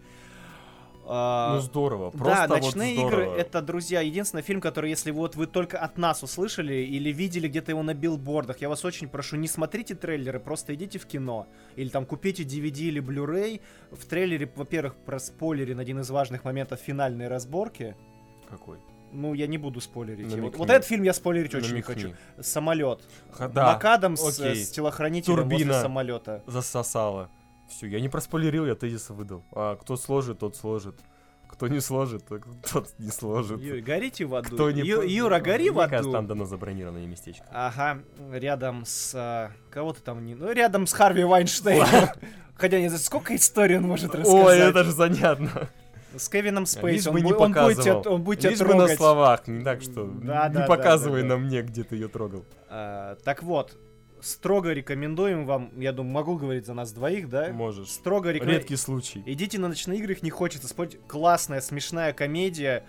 Ну здорово, Да, просто «Ночные вот игры» — здорово. это, друзья, единственный фильм, который, если вот вы только от нас услышали или видели где-то его на билбордах, я вас очень прошу, не смотрите трейлеры, просто идите в кино. Или там купите DVD или Blu-ray. В трейлере, во-первых, проспойлерен один из важных моментов финальной разборки. Какой? Ну, я не буду спойлерить. Намекни. Вот этот фильм я спойлерить очень не Намекни. хочу. Самолет. Да, МакАдамс окей. с телохранителем возле Турбина. самолета. Засосало. Все, я не проспойлерил, я тезисы выдал. А кто сложит, тот сложит. Кто не сложит, тот не сложит. Горите в аду. Кто не Юра, гори в Мне кажется, аду. там дано забронированное местечко. Ага, рядом с... кого ты там не... Ну, рядом с Харви Вайнштейном. Хотя не знаю, сколько историй он может рассказать. Ой, это же занятно. С Кевином Лишь Спейси. бы не показывал. Он будет тебя Лишь бы на трогать. словах, не так что Да, не да, показывай да. на мне, где ты ее трогал. Так вот, строго рекомендуем вам, я думаю, могу говорить за нас двоих, да? Можешь. Строго рекомендуем. Редкий случай. Идите на «Ночные игры», их не хочется спорить. Классная, смешная комедия.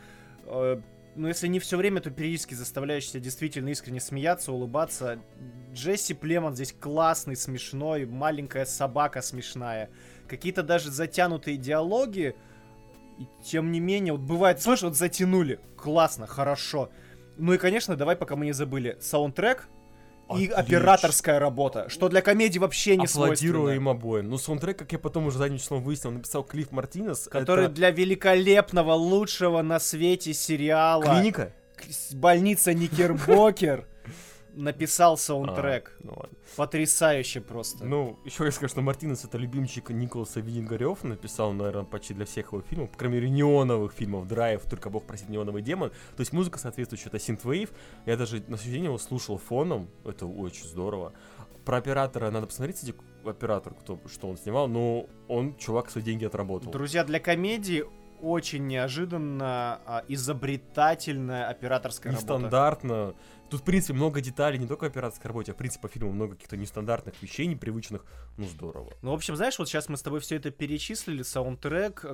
Ну, если не все время, то периодически заставляющая себя действительно искренне смеяться, улыбаться. Джесси Племонт здесь классный, смешной, маленькая собака смешная. Какие-то даже затянутые диалоги. И тем не менее, вот бывает, слышишь, вот затянули. Классно, хорошо. Ну и, конечно, давай, пока мы не забыли, саундтрек и Отлично. операторская работа, что для комедии вообще не Аплодирую свойственно. им обоим. Ну, саундтрек, как я потом уже задним числом выяснил, написал Клифф Мартинес. Который это... для великолепного, лучшего на свете сериала Клиника? «Больница Никербокер» написал саундтрек. Ну ладно. Потрясающе просто. Ну, еще я скажу, что Мартинес — это любимчик Николаса Виндинга-Рёффа, написал, наверное, почти для всех его фильмов, по крайней мере, неоновых фильмов, «Драйв», «Только Бог простит, неоновый демон». То есть музыка соответствующая, это синтвейв. Я даже на сегодня его слушал фоном, это очень здорово. Про оператора надо посмотреть, кстати, оператор, что он снимал, но он, чувак, свои деньги отработал. Друзья, для комедии очень неожиданно изобретательная операторская работа. Нестандартно. Тут, в принципе, много деталей, не только в операторской работе, а, в принципе, по фильму много каких-то нестандартных вещей, непривычных. Ну, здорово. Ну, в общем, знаешь, вот сейчас мы с тобой все это перечислили. Саундтрек,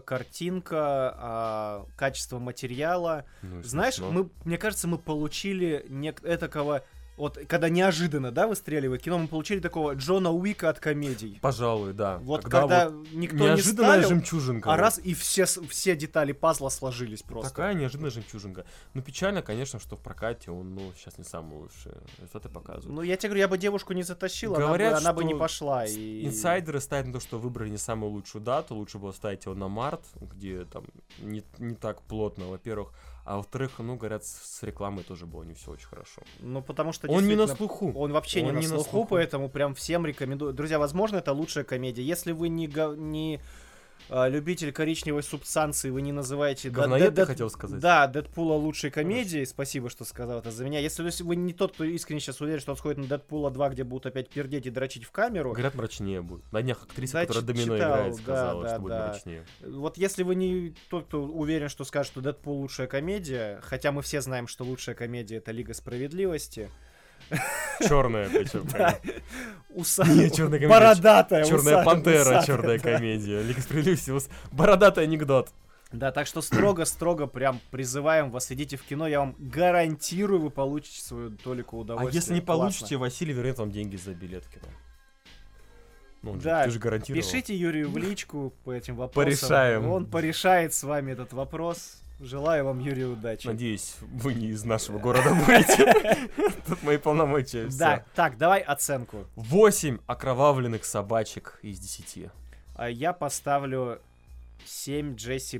картинка, качество материала. Ну, Знаешь, смешно. мне кажется, мы получили этакого... Вот, когда неожиданно, да, выстреливает кино, мы получили такого Джона Уика от комедий. Пожалуй, да. Вот когда вот никто не неожиданная ставил, жемчужинка. а вот. раз и все детали пазла сложились просто. Такая неожиданная жемчужинка. Ну, печально, конечно, что в прокате он, ну, сейчас не самый лучший результаты показывает. Ну, я тебе говорю, я бы девушку не затащил, Говорят, она бы что не пошла. И... Инсайдеры ставят на то, что выбрали не самую лучшую дату, лучше было ставить его на март, где там не так плотно, во-первых. А во-вторых, ну, говорят, с рекламой тоже было не все очень хорошо. Ну, потому что Он не на действительно, слуху. Он вообще не Он на не на слуху, слуху. поэтому прям всем рекомендую. Друзья, возможно, это лучшая комедия. Если вы не любитель коричневой субстанции, вы не называете... Говноед, ты хотел сказать? Да, Дэдпула лучшей комедией. Спасибо, что сказал это за меня. Если вы не тот, кто искренне сейчас уверен, что он сходит на Дэдпула 2, где будут опять пердеть и дрочить в камеру. Говорят, мрачнее будет. На днях актриса, Да, которая Домино читал, играет, да, сказала, да, что будет да. мрачнее. Вот если вы не тот, кто уверен, что скажет, что Дэдпул лучшая комедия, хотя мы все знаем, что лучшая комедия — это Лига Справедливости. Черная, причем. Да. Не, черная комедия. Бородатая. Черная пантера, усатая, черная да. комедия. Лига справедливости. Бородатый анекдот. Да, так что строго-строго прям призываем вас, идите в кино, я вам гарантирую, вы получите свою толику А удовольствия. если не Классно. получите, Василий вернет вам деньги за билет в кино. Ну, он же- Да, ты же гарантировал. Пишите Юрию в личку по этим вопросам. Порешаем. Он порешает с вами этот вопрос. Желаю вам, Юрий, удачи. Надеюсь, вы не из нашего города будете. Тут мои полномочия. Да, Всё. так, давай оценку. 8 окровавленных собачек из 10. Я поставлю 7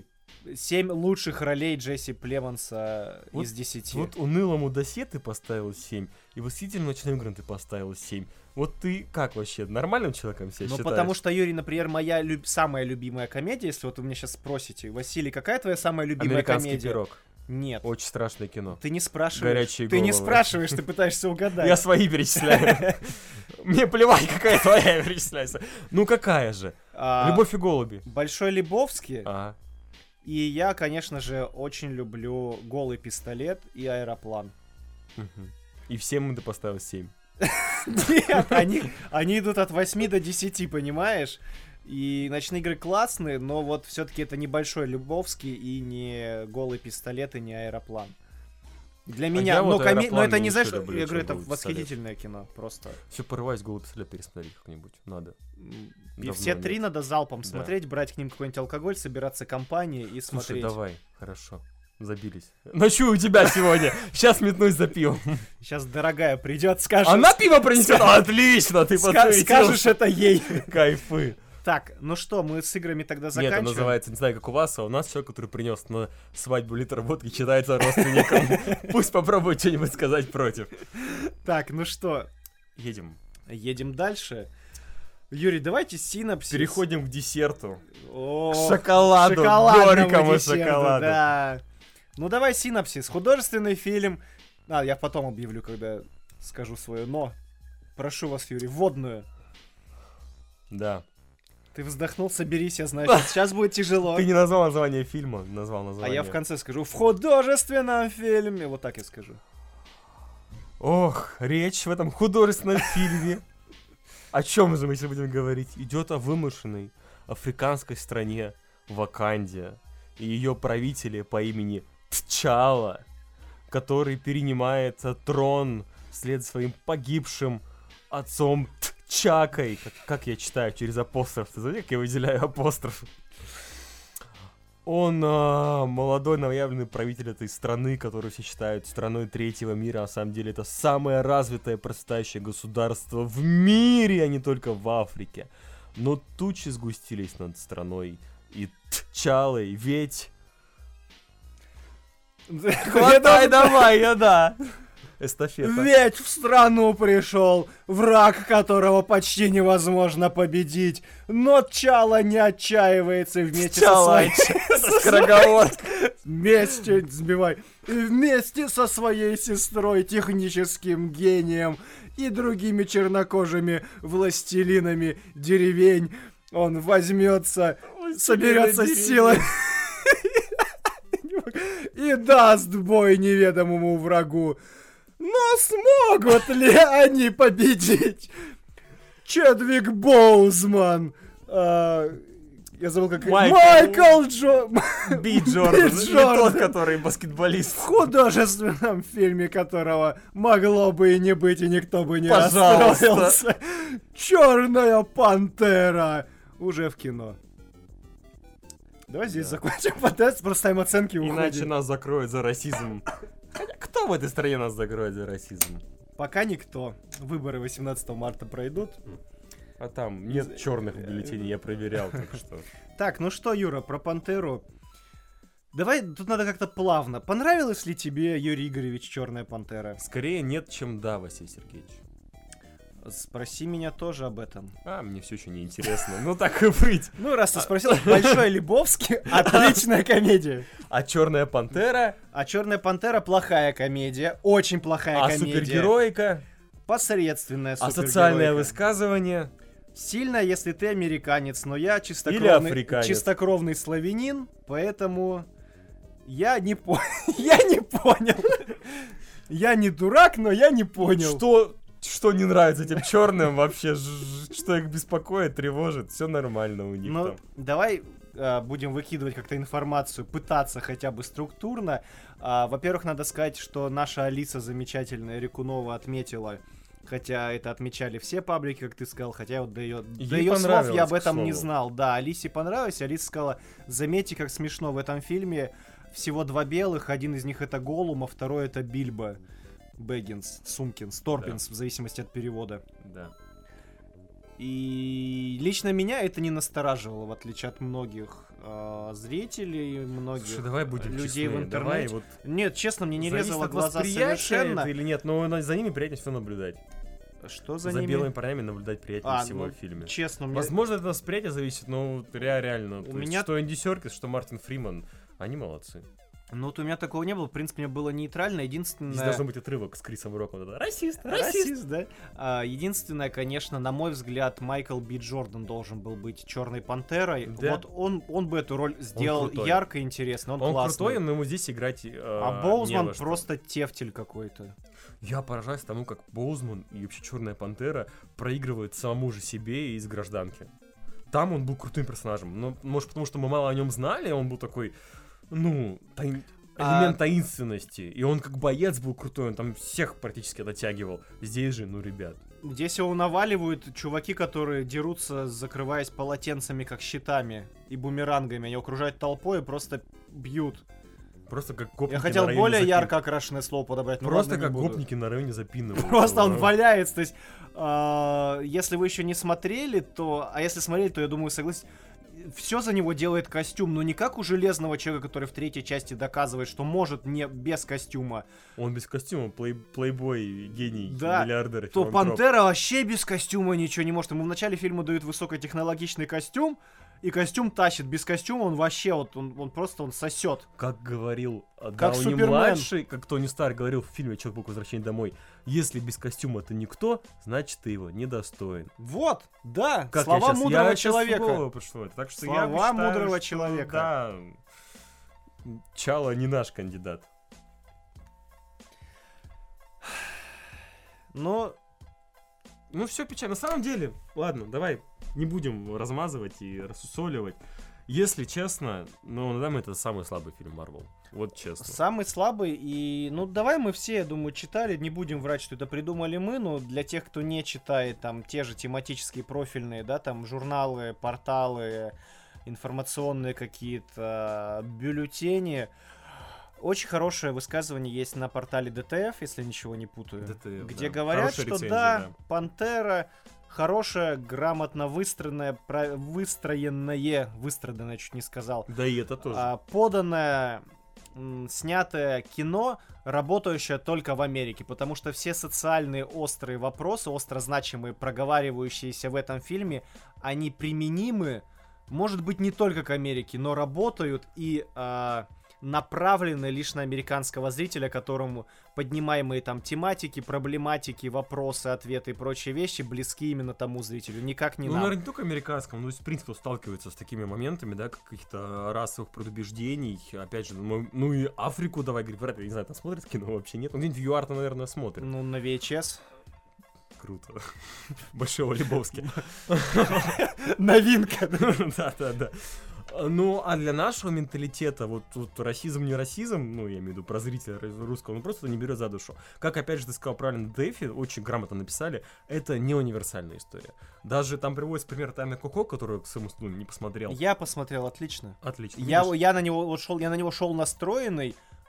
лучших ролей Джесси Племонса Вот- из 10. Вот унылому Досе ты поставил 7, и восхитительному ночным играм ты поставил 7. Вот ты как вообще, нормальным человеком себя Ну, считаешь? потому что, Юрий, например, моя самая любимая комедия, если вот вы меня сейчас спросите, Василий, какая твоя самая любимая Американский комедия? пирог. Нет. Очень страшное кино. Ты не спрашиваешь. Горячие Ты не головы. спрашиваешь, ты пытаешься угадать. Я свои перечисляю. Мне плевать, какая твоя перечисляется. Ну какая же? Любовь и голуби. Большой Лебовский. Ага. И я, конечно же, очень люблю Голый пистолет и Аэроплан. Мгм. И всем ты поставил 7. Нет, они идут от 8 до 10, понимаешь? И «Ночные игры» классные, но вот все-таки это не Большой Лебовский и не «Голый пистолет» и не «Аэроплан». Для меня, я но, вот но «Аэроплан» это не меньше знаешь, люблю, я говорю, чем это «Голый пистолет». восхитительное кино, просто. Все порываюсь, голубь пистолет пересмотреть как-нибудь. Надо. И Давно все три нет. надо залпом Да. смотреть, брать к ним какой-нибудь алкоголь, собираться компанией и Слушай, смотреть. давай, хорошо. Забились. Ночую у тебя сегодня. Сейчас метнусь за пивом. Сейчас дорогая придет, скажет. Она пиво принесет. Отлично, ты подсуетился. Скажешь это ей. Кайфы. Так, ну что, мы с играми тогда Нет, заканчиваем. это называется, не знаю, как у вас, а у нас человек, который принес на свадьбу литр водки, читается родственникам. Пусть попробует что-нибудь сказать против. Так, ну что, Едем. едем дальше. Юрий, давайте синапсис. Переходим к десерту. О, К шоколаду, шоколадному горькому десерту, шоколаду. Да. Ну давай синапсис. Художественный фильм. Я потом объявлю, когда скажу свое «но». Прошу вас, Юрий, вводную. Да. Ты вздохнул, соберись, я знаю, сейчас будет тяжело. Ты не назвал название фильма, назвал А название. я в конце скажу «в художественном фильме». Вот так я скажу. Ох, речь в этом художественном фильме. О чем же мы сейчас будем говорить? Идет о вымышленной африканской стране Ваканде и ее правителе по имени Тчала, который перенимает трон вслед за своим погибшим отцом Тчакой. Как я читаю через апостроф? Ты знаешь, как я выделяю апостроф? Он молодой новоявленный правитель этой страны, которую все считают страной третьего мира. А на самом деле это самое развитое процветающее государство в мире, а не только в Африке. Но тучи сгустились над страной и Тчалой, ведь... Хватай давай, да. Эстафета. Ведь в страну пришел враг, которого почти невозможно победить, но Чала не отчаивается и вместе со своей... Скороговорка. Вместе, сбивай. И вместе со своей сестрой, техническим гением и другими чернокожими властелинами деревень он возьмется, соберется с силой и даст бой неведомому врагу. Но смогут ли они победить? Чедвик Боузман. Я забыл, как... Майкл Би Джордан. Не тот, который баскетболист. В художественном фильме, которого могло бы и не быть, и никто бы не Пожалуйста. расстроился. Черная пантера. Уже в кино. Давай здесь закончим подкаст, просто ставим оценки и Иначе уходим. нас закроют за расизм. Хотя кто в этой стране нас закроет за расизм? Пока никто. Выборы 18 марта пройдут. А там нет черных бюллетеней, я проверял, так что... Так, ну что, Юра, про пантеру. Давай, тут надо как-то плавно. Понравилась ли тебе, Юрий Игоревич, «Черная пантера»? Скорее нет, чем да, Василий Сергеевич. Спроси меня тоже об этом. Мне все еще не интересно. Ну так и быть. Ну, раз ты спросил, Большой Лебовский — отличная комедия. А «Черная пантера»? А «Черная пантера» — плохая комедия, очень плохая А комедия. супергероика? Посредственная А супергероика. социальное высказывание? Сильно, если ты американец, но я Или африканец. чистокровный славянин, поэтому я не понял. Я не понял. Я не дурак, но я не понял. Что не нравится этим черным вообще? Что их беспокоит, тревожит? Все нормально у них Ну, там. давай будем выкидывать как-то информацию, пытаться хотя бы структурно. Во-первых, надо сказать, что наша Алиса замечательная Рекунова отметила, хотя это отмечали все паблики, как ты сказал, хотя вот до ее слов я об этом не знал. Да, Алисе понравилось, Алиса сказала: заметьте, как смешно в этом фильме. Всего 2 белых, один из них это Голлум, а второй это Бильбо Бэггинс, Сумкинс, Торпинс, да, в зависимости от перевода. Да. И лично меня это не настораживало, в отличие от многих зрителей, многих. Слушай, давай будем людей честны, в интернете. Давай, вот Нет, честно, мне не зависит резало от глаза восприятия совершенно. это или нет, но за ними приятнее все наблюдать. Что За за ними? белыми парнями наблюдать приятнее всего ну, в фильме. Честно, мне... Возможно, это от восприятия зависит, но реально. У меня... Что Энди Серкис, что Мартин Фриман, они молодцы. Ну вот у меня такого не было, в принципе, мне было нейтрально. Единственное... Здесь должен быть отрывок с Крисом Роком. Расист, да? Единственное, конечно, на мой взгляд, Майкл Би Джордан должен был быть Черной Пантерой. Да? Вот он бы эту роль сделал ярко и интересно, он классный. Он крутой, но ему здесь играть а Боузман просто тефтель какой-то. Я поражаюсь тому, как Боузман и вообще Черная Пантера проигрывают самому же себе из «Гражданки». Там он был крутым персонажем. Но, может, потому что мы мало о нем знали, он был такой... элемент таинственности. И он как боец был крутой, он там всех практически дотягивал. Здесь же, ребят. Здесь его наваливают чуваки, которые дерутся, закрываясь полотенцами, как щитами и бумерангами. Они окружают толпой и просто бьют. Просто как гопники. Я хотел более ярко окрашенное слово подобрать. Просто как гопники на районе запинывают. Просто он валяется. То есть, если вы еще не смотрели, то... А если смотрели, то, я думаю, согласитесь, все за него делает костюм, но не как у Железного Человека, который в 3-й части доказывает, что может не без костюма. Он без костюма, плейбой, гений, да, миллиардер. То Пантера вообще без костюма ничего не может. Ему в начале фильма дают высокотехнологичный костюм, и костюм тащит. Без костюма он вообще, он просто сосет. Как говорил как Дауни-младший, как Тони Старк говорил в фильме «Человек-паук. Возвращение домой», если без костюма ты никто, значит ты его недостоин. Вот, да, как слова мудрого человека. Так что слова мудрого человека. Да, Чало не наш кандидат. Но... Ну все печально. На самом деле, ладно, давай не будем размазывать и рассусоливать. Если честно, на данный это самый слабый фильм Марвел. Вот честно. Самый слабый, и, давай мы все, я думаю, читали, не будем врать, что это придумали мы, но для тех, кто не читает, там, те же тематические профильные, да, там, журналы, порталы, информационные какие-то бюллетени. Очень хорошее высказывание есть на портале ДТФ, если ничего не путаю, DTF, где да. говорят, хорошая что рецензия, да, Пантера хорошая, грамотно выстраданная, чуть не сказал. Да и это тоже. Поданное, снятое кино, работающее только в Америке, потому что все социальные острые вопросы, остро значимые, проговаривающиеся в этом фильме, они применимы, может быть, не только к Америке, но работают и... направлены лишь на американского зрителя, которому поднимаемые там тематики, проблематики, вопросы, ответы и прочие вещи близки именно тому зрителю, никак не нам. Наверное, не только американскому, но и в принципе сталкивается с такими моментами, да, каких-то расовых предубеждений, опять же, и Африку давай говорить, я не знаю, там смотрит кино, вообще нет, где-нибудь в ЮАР-то, наверное, смотрит. На VHS. Круто. Большого Лебовски. Новинка. Да. Ну, а для нашего менталитета, вот расизм не расизм, я имею в виду про зрителя русского, он просто не берет за душу. Как, опять же, ты сказал правильно, Дэфи очень грамотно написали, это не универсальная история. Даже там приводится пример «Тайны Коко», которую, к своему стыду, не посмотрел. Я посмотрел, отлично. Отлично. Я на него шел настроенный,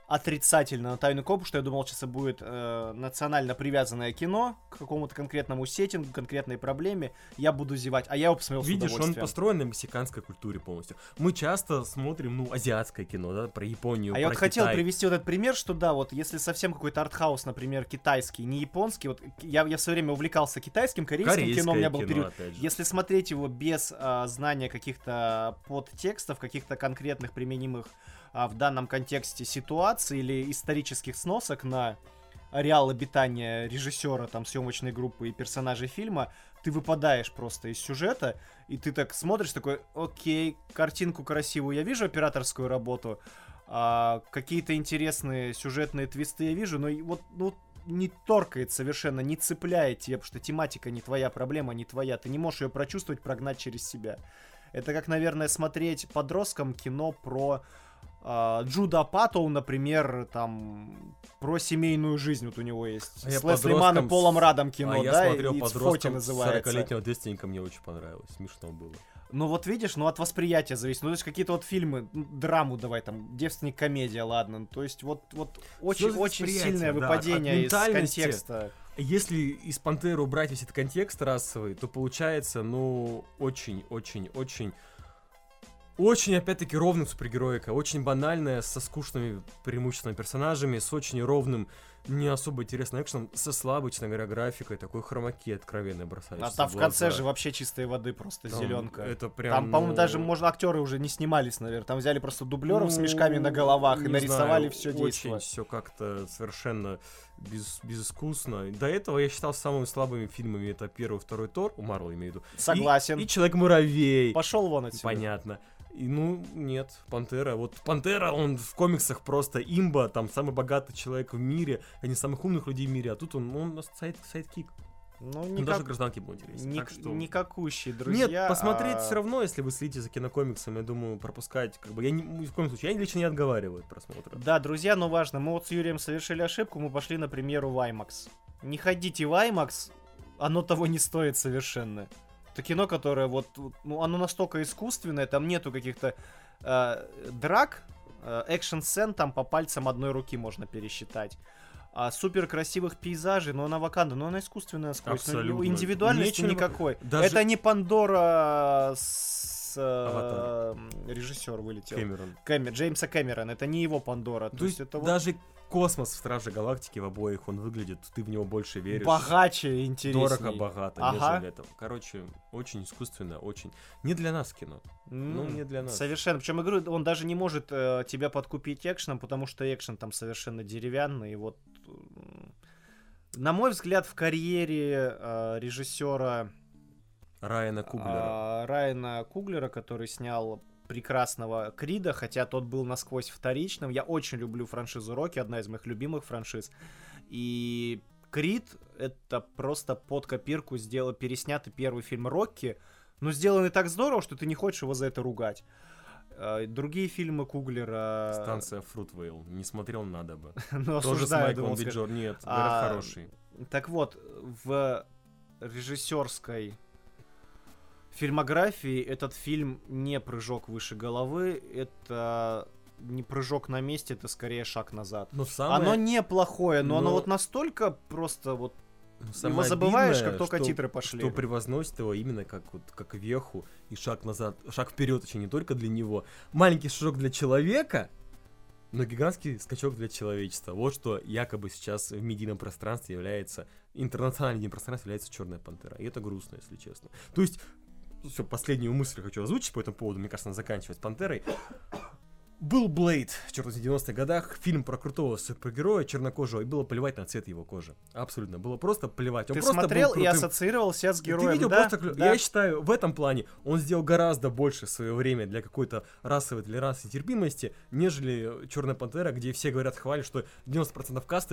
отрицательно на «Тайную комнату», что я думал, сейчас это будет национально привязанное кино к какому-то конкретному сеттингу, конкретной проблеме. Я буду зевать, а я его посмотрел с Видишь, он удовольствием. построен на мексиканской культуре полностью. Мы часто смотрим, азиатское кино, да, про Японию, А я про вот хотел Китай. привести вот этот пример, что да, вот если совсем какой-то артхаус, например, китайский, не японский, вот я в свое время увлекался китайским, корейским кино, у меня был период. опять же. Если смотреть его без знания каких-то подтекстов, каких-то конкретных применимых в данном контексте ситуаций или исторических сносок на ареал обитания режиссера, там, съемочной группы и персонажей фильма, ты выпадаешь просто из сюжета, и ты так смотришь, такой, окей, картинку красивую я вижу, операторскую работу, какие-то интересные сюжетные твисты я вижу, но вот, не торкает совершенно, не цепляет тебя, потому что тематика не твоя, проблема не твоя, ты не можешь ее прочувствовать, прогнать через себя. Это как, наверное, смотреть подросткам кино про Джуда Апатоу, например, там, про семейную жизнь, вот у него есть. А я с Лесли Манн и Полом Радом кино, я да, смотрел и «It's 40» подростком называется. 40-летнего девственника, мне очень понравилось, смешно было. Ну вот видишь, от восприятия зависит. Ну то есть какие-то вот фильмы, драму давай, там, девственник, комедия, ладно. То есть вот очень восприятие, сильное да, выпадение от из ментальности. контекста. Если из «Пантеры» убрать весь этот контекст расовый, то получается, очень, опять-таки, ровным супергероика, очень банальная, со скучными преимущественно персонажами, с очень ровным, не особо интересным экшеном, со слабой, честно говоря, графикой, такой хромаки откровенно бросающейся. А там в конце же вообще чистой воды просто там зеленка. Это прям, Там, по-моему, даже, можно, актеры уже не снимались, наверное. Там взяли просто дублеров с мешками на головах и не нарисовали знаю, все очень действие. все как-то совершенно безыскусно. До этого я считал самыми слабыми фильмами это первый, второй Тор, у Марвел имею в виду. Согласен. И Человек-муравей. Пошел вон отсюда. Понятно. И, нет, Пантера. Вот Пантера, он в комиксах просто имба, там самый богатый человек в мире, один из самых умных людей в мире, а тут он сайдкик. Ну, Он даже гражданки был интересен. Так что... Никакущий, друзья. Нет, посмотреть все равно, если вы следите за кинокомиксами, я думаю, пропускать, я ни в коем случае, я лично не отговариваю от просмотра. Да, друзья, но важно, мы вот с Юрием совершили ошибку, мы пошли, на премьеру в IMAX. Не ходите в IMAX, оно того не стоит совершенно. Это кино, которое оно настолько искусственное, там нету каких-то драк, экшн-сцен, там по пальцам одной руки можно пересчитать. Супер красивых пейзажей, но она Ваканда, но она искусственная сквозь. Абсолютно. Индивидуальности Нечего... никакой. Даже... Это не Пандора с... режиссер вылетел. Джеймса Кэмерон, это не его Пандора. То есть это даже космос в Страже Галактики в обоих, он выглядит, ты в него больше веришь. Bогаче, интереснее. Дорого, богато, нежели это. Короче, очень искусственно, очень... Не для нас кино. Не для нас. Совершенно. Причем, я говорю, он даже не может тебя подкупить экшеном, потому что экшен там совершенно деревянный. И вот, на мой взгляд, в карьере режиссера Райана Куглера, который снял прекрасного Крида, хотя тот был насквозь вторичным. Я очень люблю франшизу Рокки, одна из моих любимых франшиз. И Крид — это просто под копирку переснятый первый фильм Рокки, но сделанный так здорово, что ты не хочешь его за это ругать. Другие фильмы Куглера... «Станция Фрутвейл». Не смотрел, надо бы. Ну, тоже с Майклом Би Джорданом. Нет, говорят, хороший. Так вот, в режиссерской фильмографии этот фильм не прыжок выше головы, это не прыжок на месте, это скорее шаг назад. Оно неплохое, но оно вот настолько просто вот его забываешь, как только титры пошли. Что превозносит его именно как веху и шаг назад, шаг вперед, еще не только для него. Маленький шажок для человека, но гигантский скачок для человечества. Вот что якобы сейчас в медийном пространстве является, интернациональном медийном пространстве является «Черная пантера». И это грустно, если честно. То есть, все, последнюю мысль хочу озвучить по этому поводу, мне кажется, надо заканчивать «Пантерой». Был Блейд в 90-х годах, фильм про крутого супергероя чернокожего, и было плевать на цвет его кожи. Абсолютно. Было просто плевать. Ты смотрел и ассоциировался с героем, ты видел, да? Просто... Да? Я считаю, в этом плане он сделал гораздо больше в свое время для какой-то расовой толерантности и терпимости, нежели «Черная пантера», где все говорят, хвалят, что 90% каста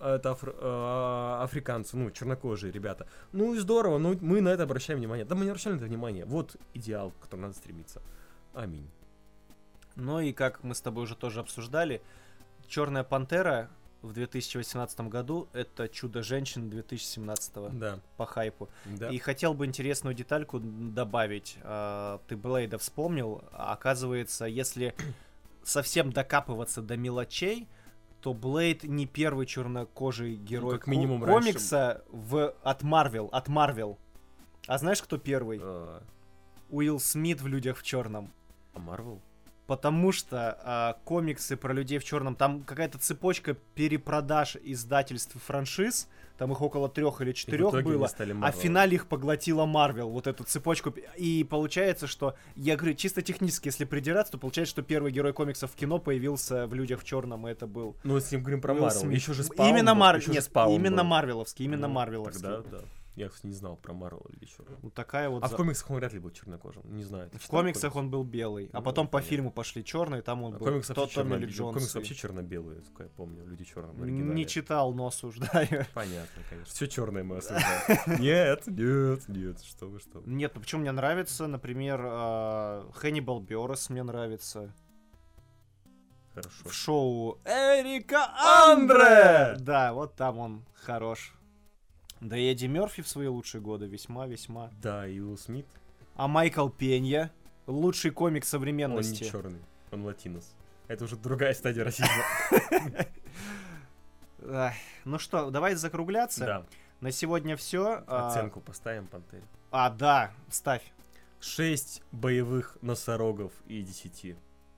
это африканцы, чернокожие ребята. Ну и здорово, мы на это обращаем внимание. Да мы не обращаем на это внимание. Вот идеал, к которому надо стремиться. Аминь. Ну и как мы с тобой уже тоже обсуждали, «Черная пантера» в 2018 году — это «Чудо-женщина» 2017-го, да. По хайпу. Да. И хотел бы интересную детальку добавить. Ты Блейда вспомнил. Оказывается, если совсем докапываться до мелочей, что Блейд не первый чернокожий герой как минимум комикса от Marvel. А знаешь, кто первый? Уилл Смит в «Людях в черном». А Марвел? Потому что комиксы про людей в черном, там какая-то цепочка перепродаж издательств и франшиз, там их около 3 или 4 было, а в финале их поглотила Marvel, вот эту цепочку. И получается, что, я говорю, чисто технически, если придираться, то получается, что первый герой комиксов в кино появился в «Людях в черном», и это был... Ну, если мы говорим про Уилл Марвел, Смит. еще же Спаун Именно был, Марвел, еще же нет, Спаун именно был. марвеловский, именно Ну, марвеловский. Тогда, да. Я, кстати, не знал про Марвел или что. Вот такая вот... А в комиксах он вряд ли был чернокожим, не знаю. В комиксах он был белый, а Ну, потом по понятно. фильму пошли черные, там он А был комикс вообще, Томми Ли Джонс. комикс вообще черно-белые, сколько я помню, люди в черном оригинале. Не читал, но осуждаю. Понятно, конечно. Все черное мы осуждаем. Нет, что вы. Нет, ну почему мне нравится, например, Хэннибал Бёррес мне нравится. Хорошо. В шоу Эрика Андре! Да, вот там он хорош. Да и Эдди Мёрфи в свои лучшие годы весьма-весьма. Да, и Уилл Смит. А Майкл Пенья, лучший комик Он современности. не черный, он латинос. Это уже другая стадия расизма. Ах, ну что, давай закругляться. Да. На сегодня все. Оценку поставим Пантере. Да, ставь. 6 боевых носорогов и 10.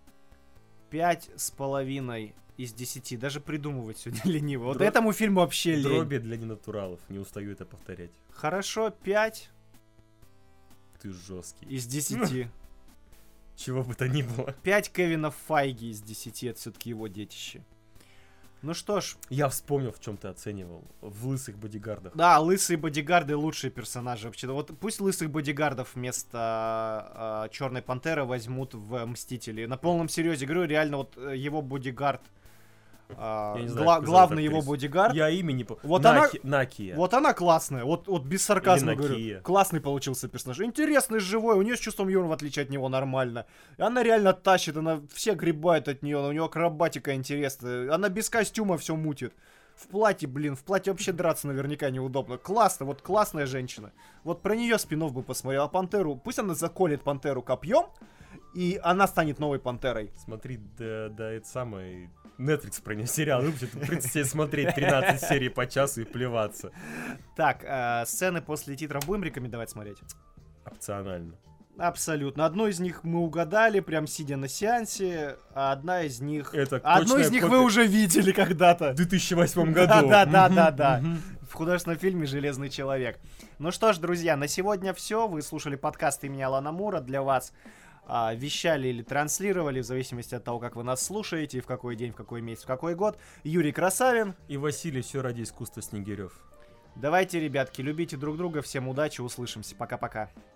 5,5 из 10. Даже придумывать сегодня лениво. Вот Дро- этому фильму вообще лень. Дроби для ненатуралов, не устаю это повторять. Хорошо, 5 Ты жесткий. из 10. Чего бы то ни было. 5 Кевина Файги из 10. Это все-таки его детище. Ну что ж, Я вспомнил, в чем ты оценивал. В лысых бодигардах. да, лысые бодигарды лучшие персонажи вообще. Вот пусть лысых бодигардов вместо Черной Пантеры возьмут в Мстители. На полном серьезе говорю, реально вот его бодигард, не знаю, как главный зовут его актрису. бодигард. Я имя не помню. Вот Накия. Вот она классная, вот без сарказма Или говорю. Накия. Классный получился персонаж. Интересный, живой, у нее с чувством юмора, в отличие от него, нормально. И она реально тащит, она все гребают от нее, у нее акробатика интересная. Она без костюма все мутит. В платье, блин, в платье вообще драться наверняка неудобно. Классно, вот классная женщина. Вот про нее спин-офф бы посмотрел. А Пантеру, пусть она заколет Пантеру копьем, и она станет новой Пантерой. Смотри, да, это самое... Netflix про нее сериал выпустит. В принципе, смотреть 13 серий по часу и плеваться. Так, сцены после титров будем рекомендовать смотреть? Опционально. Абсолютно. Одну из них мы угадали, прям сидя на сеансе, а одна из них... Это Одну из точная них копия. вы уже видели когда-то. В 2008 году. Да. В художественном фильме «Железный человек». Ну что ж, друзья, на сегодня все. Вы слушали подкаст имени Алана Мура. Для вас вещали или транслировали, в зависимости от того, как вы нас слушаете, в какой день, в какой месяц, в какой год. Юрий Красавин. И Василий, все ради искусства Снегирев. Давайте, ребятки, любите друг друга. Всем удачи, услышимся. Пока-пока.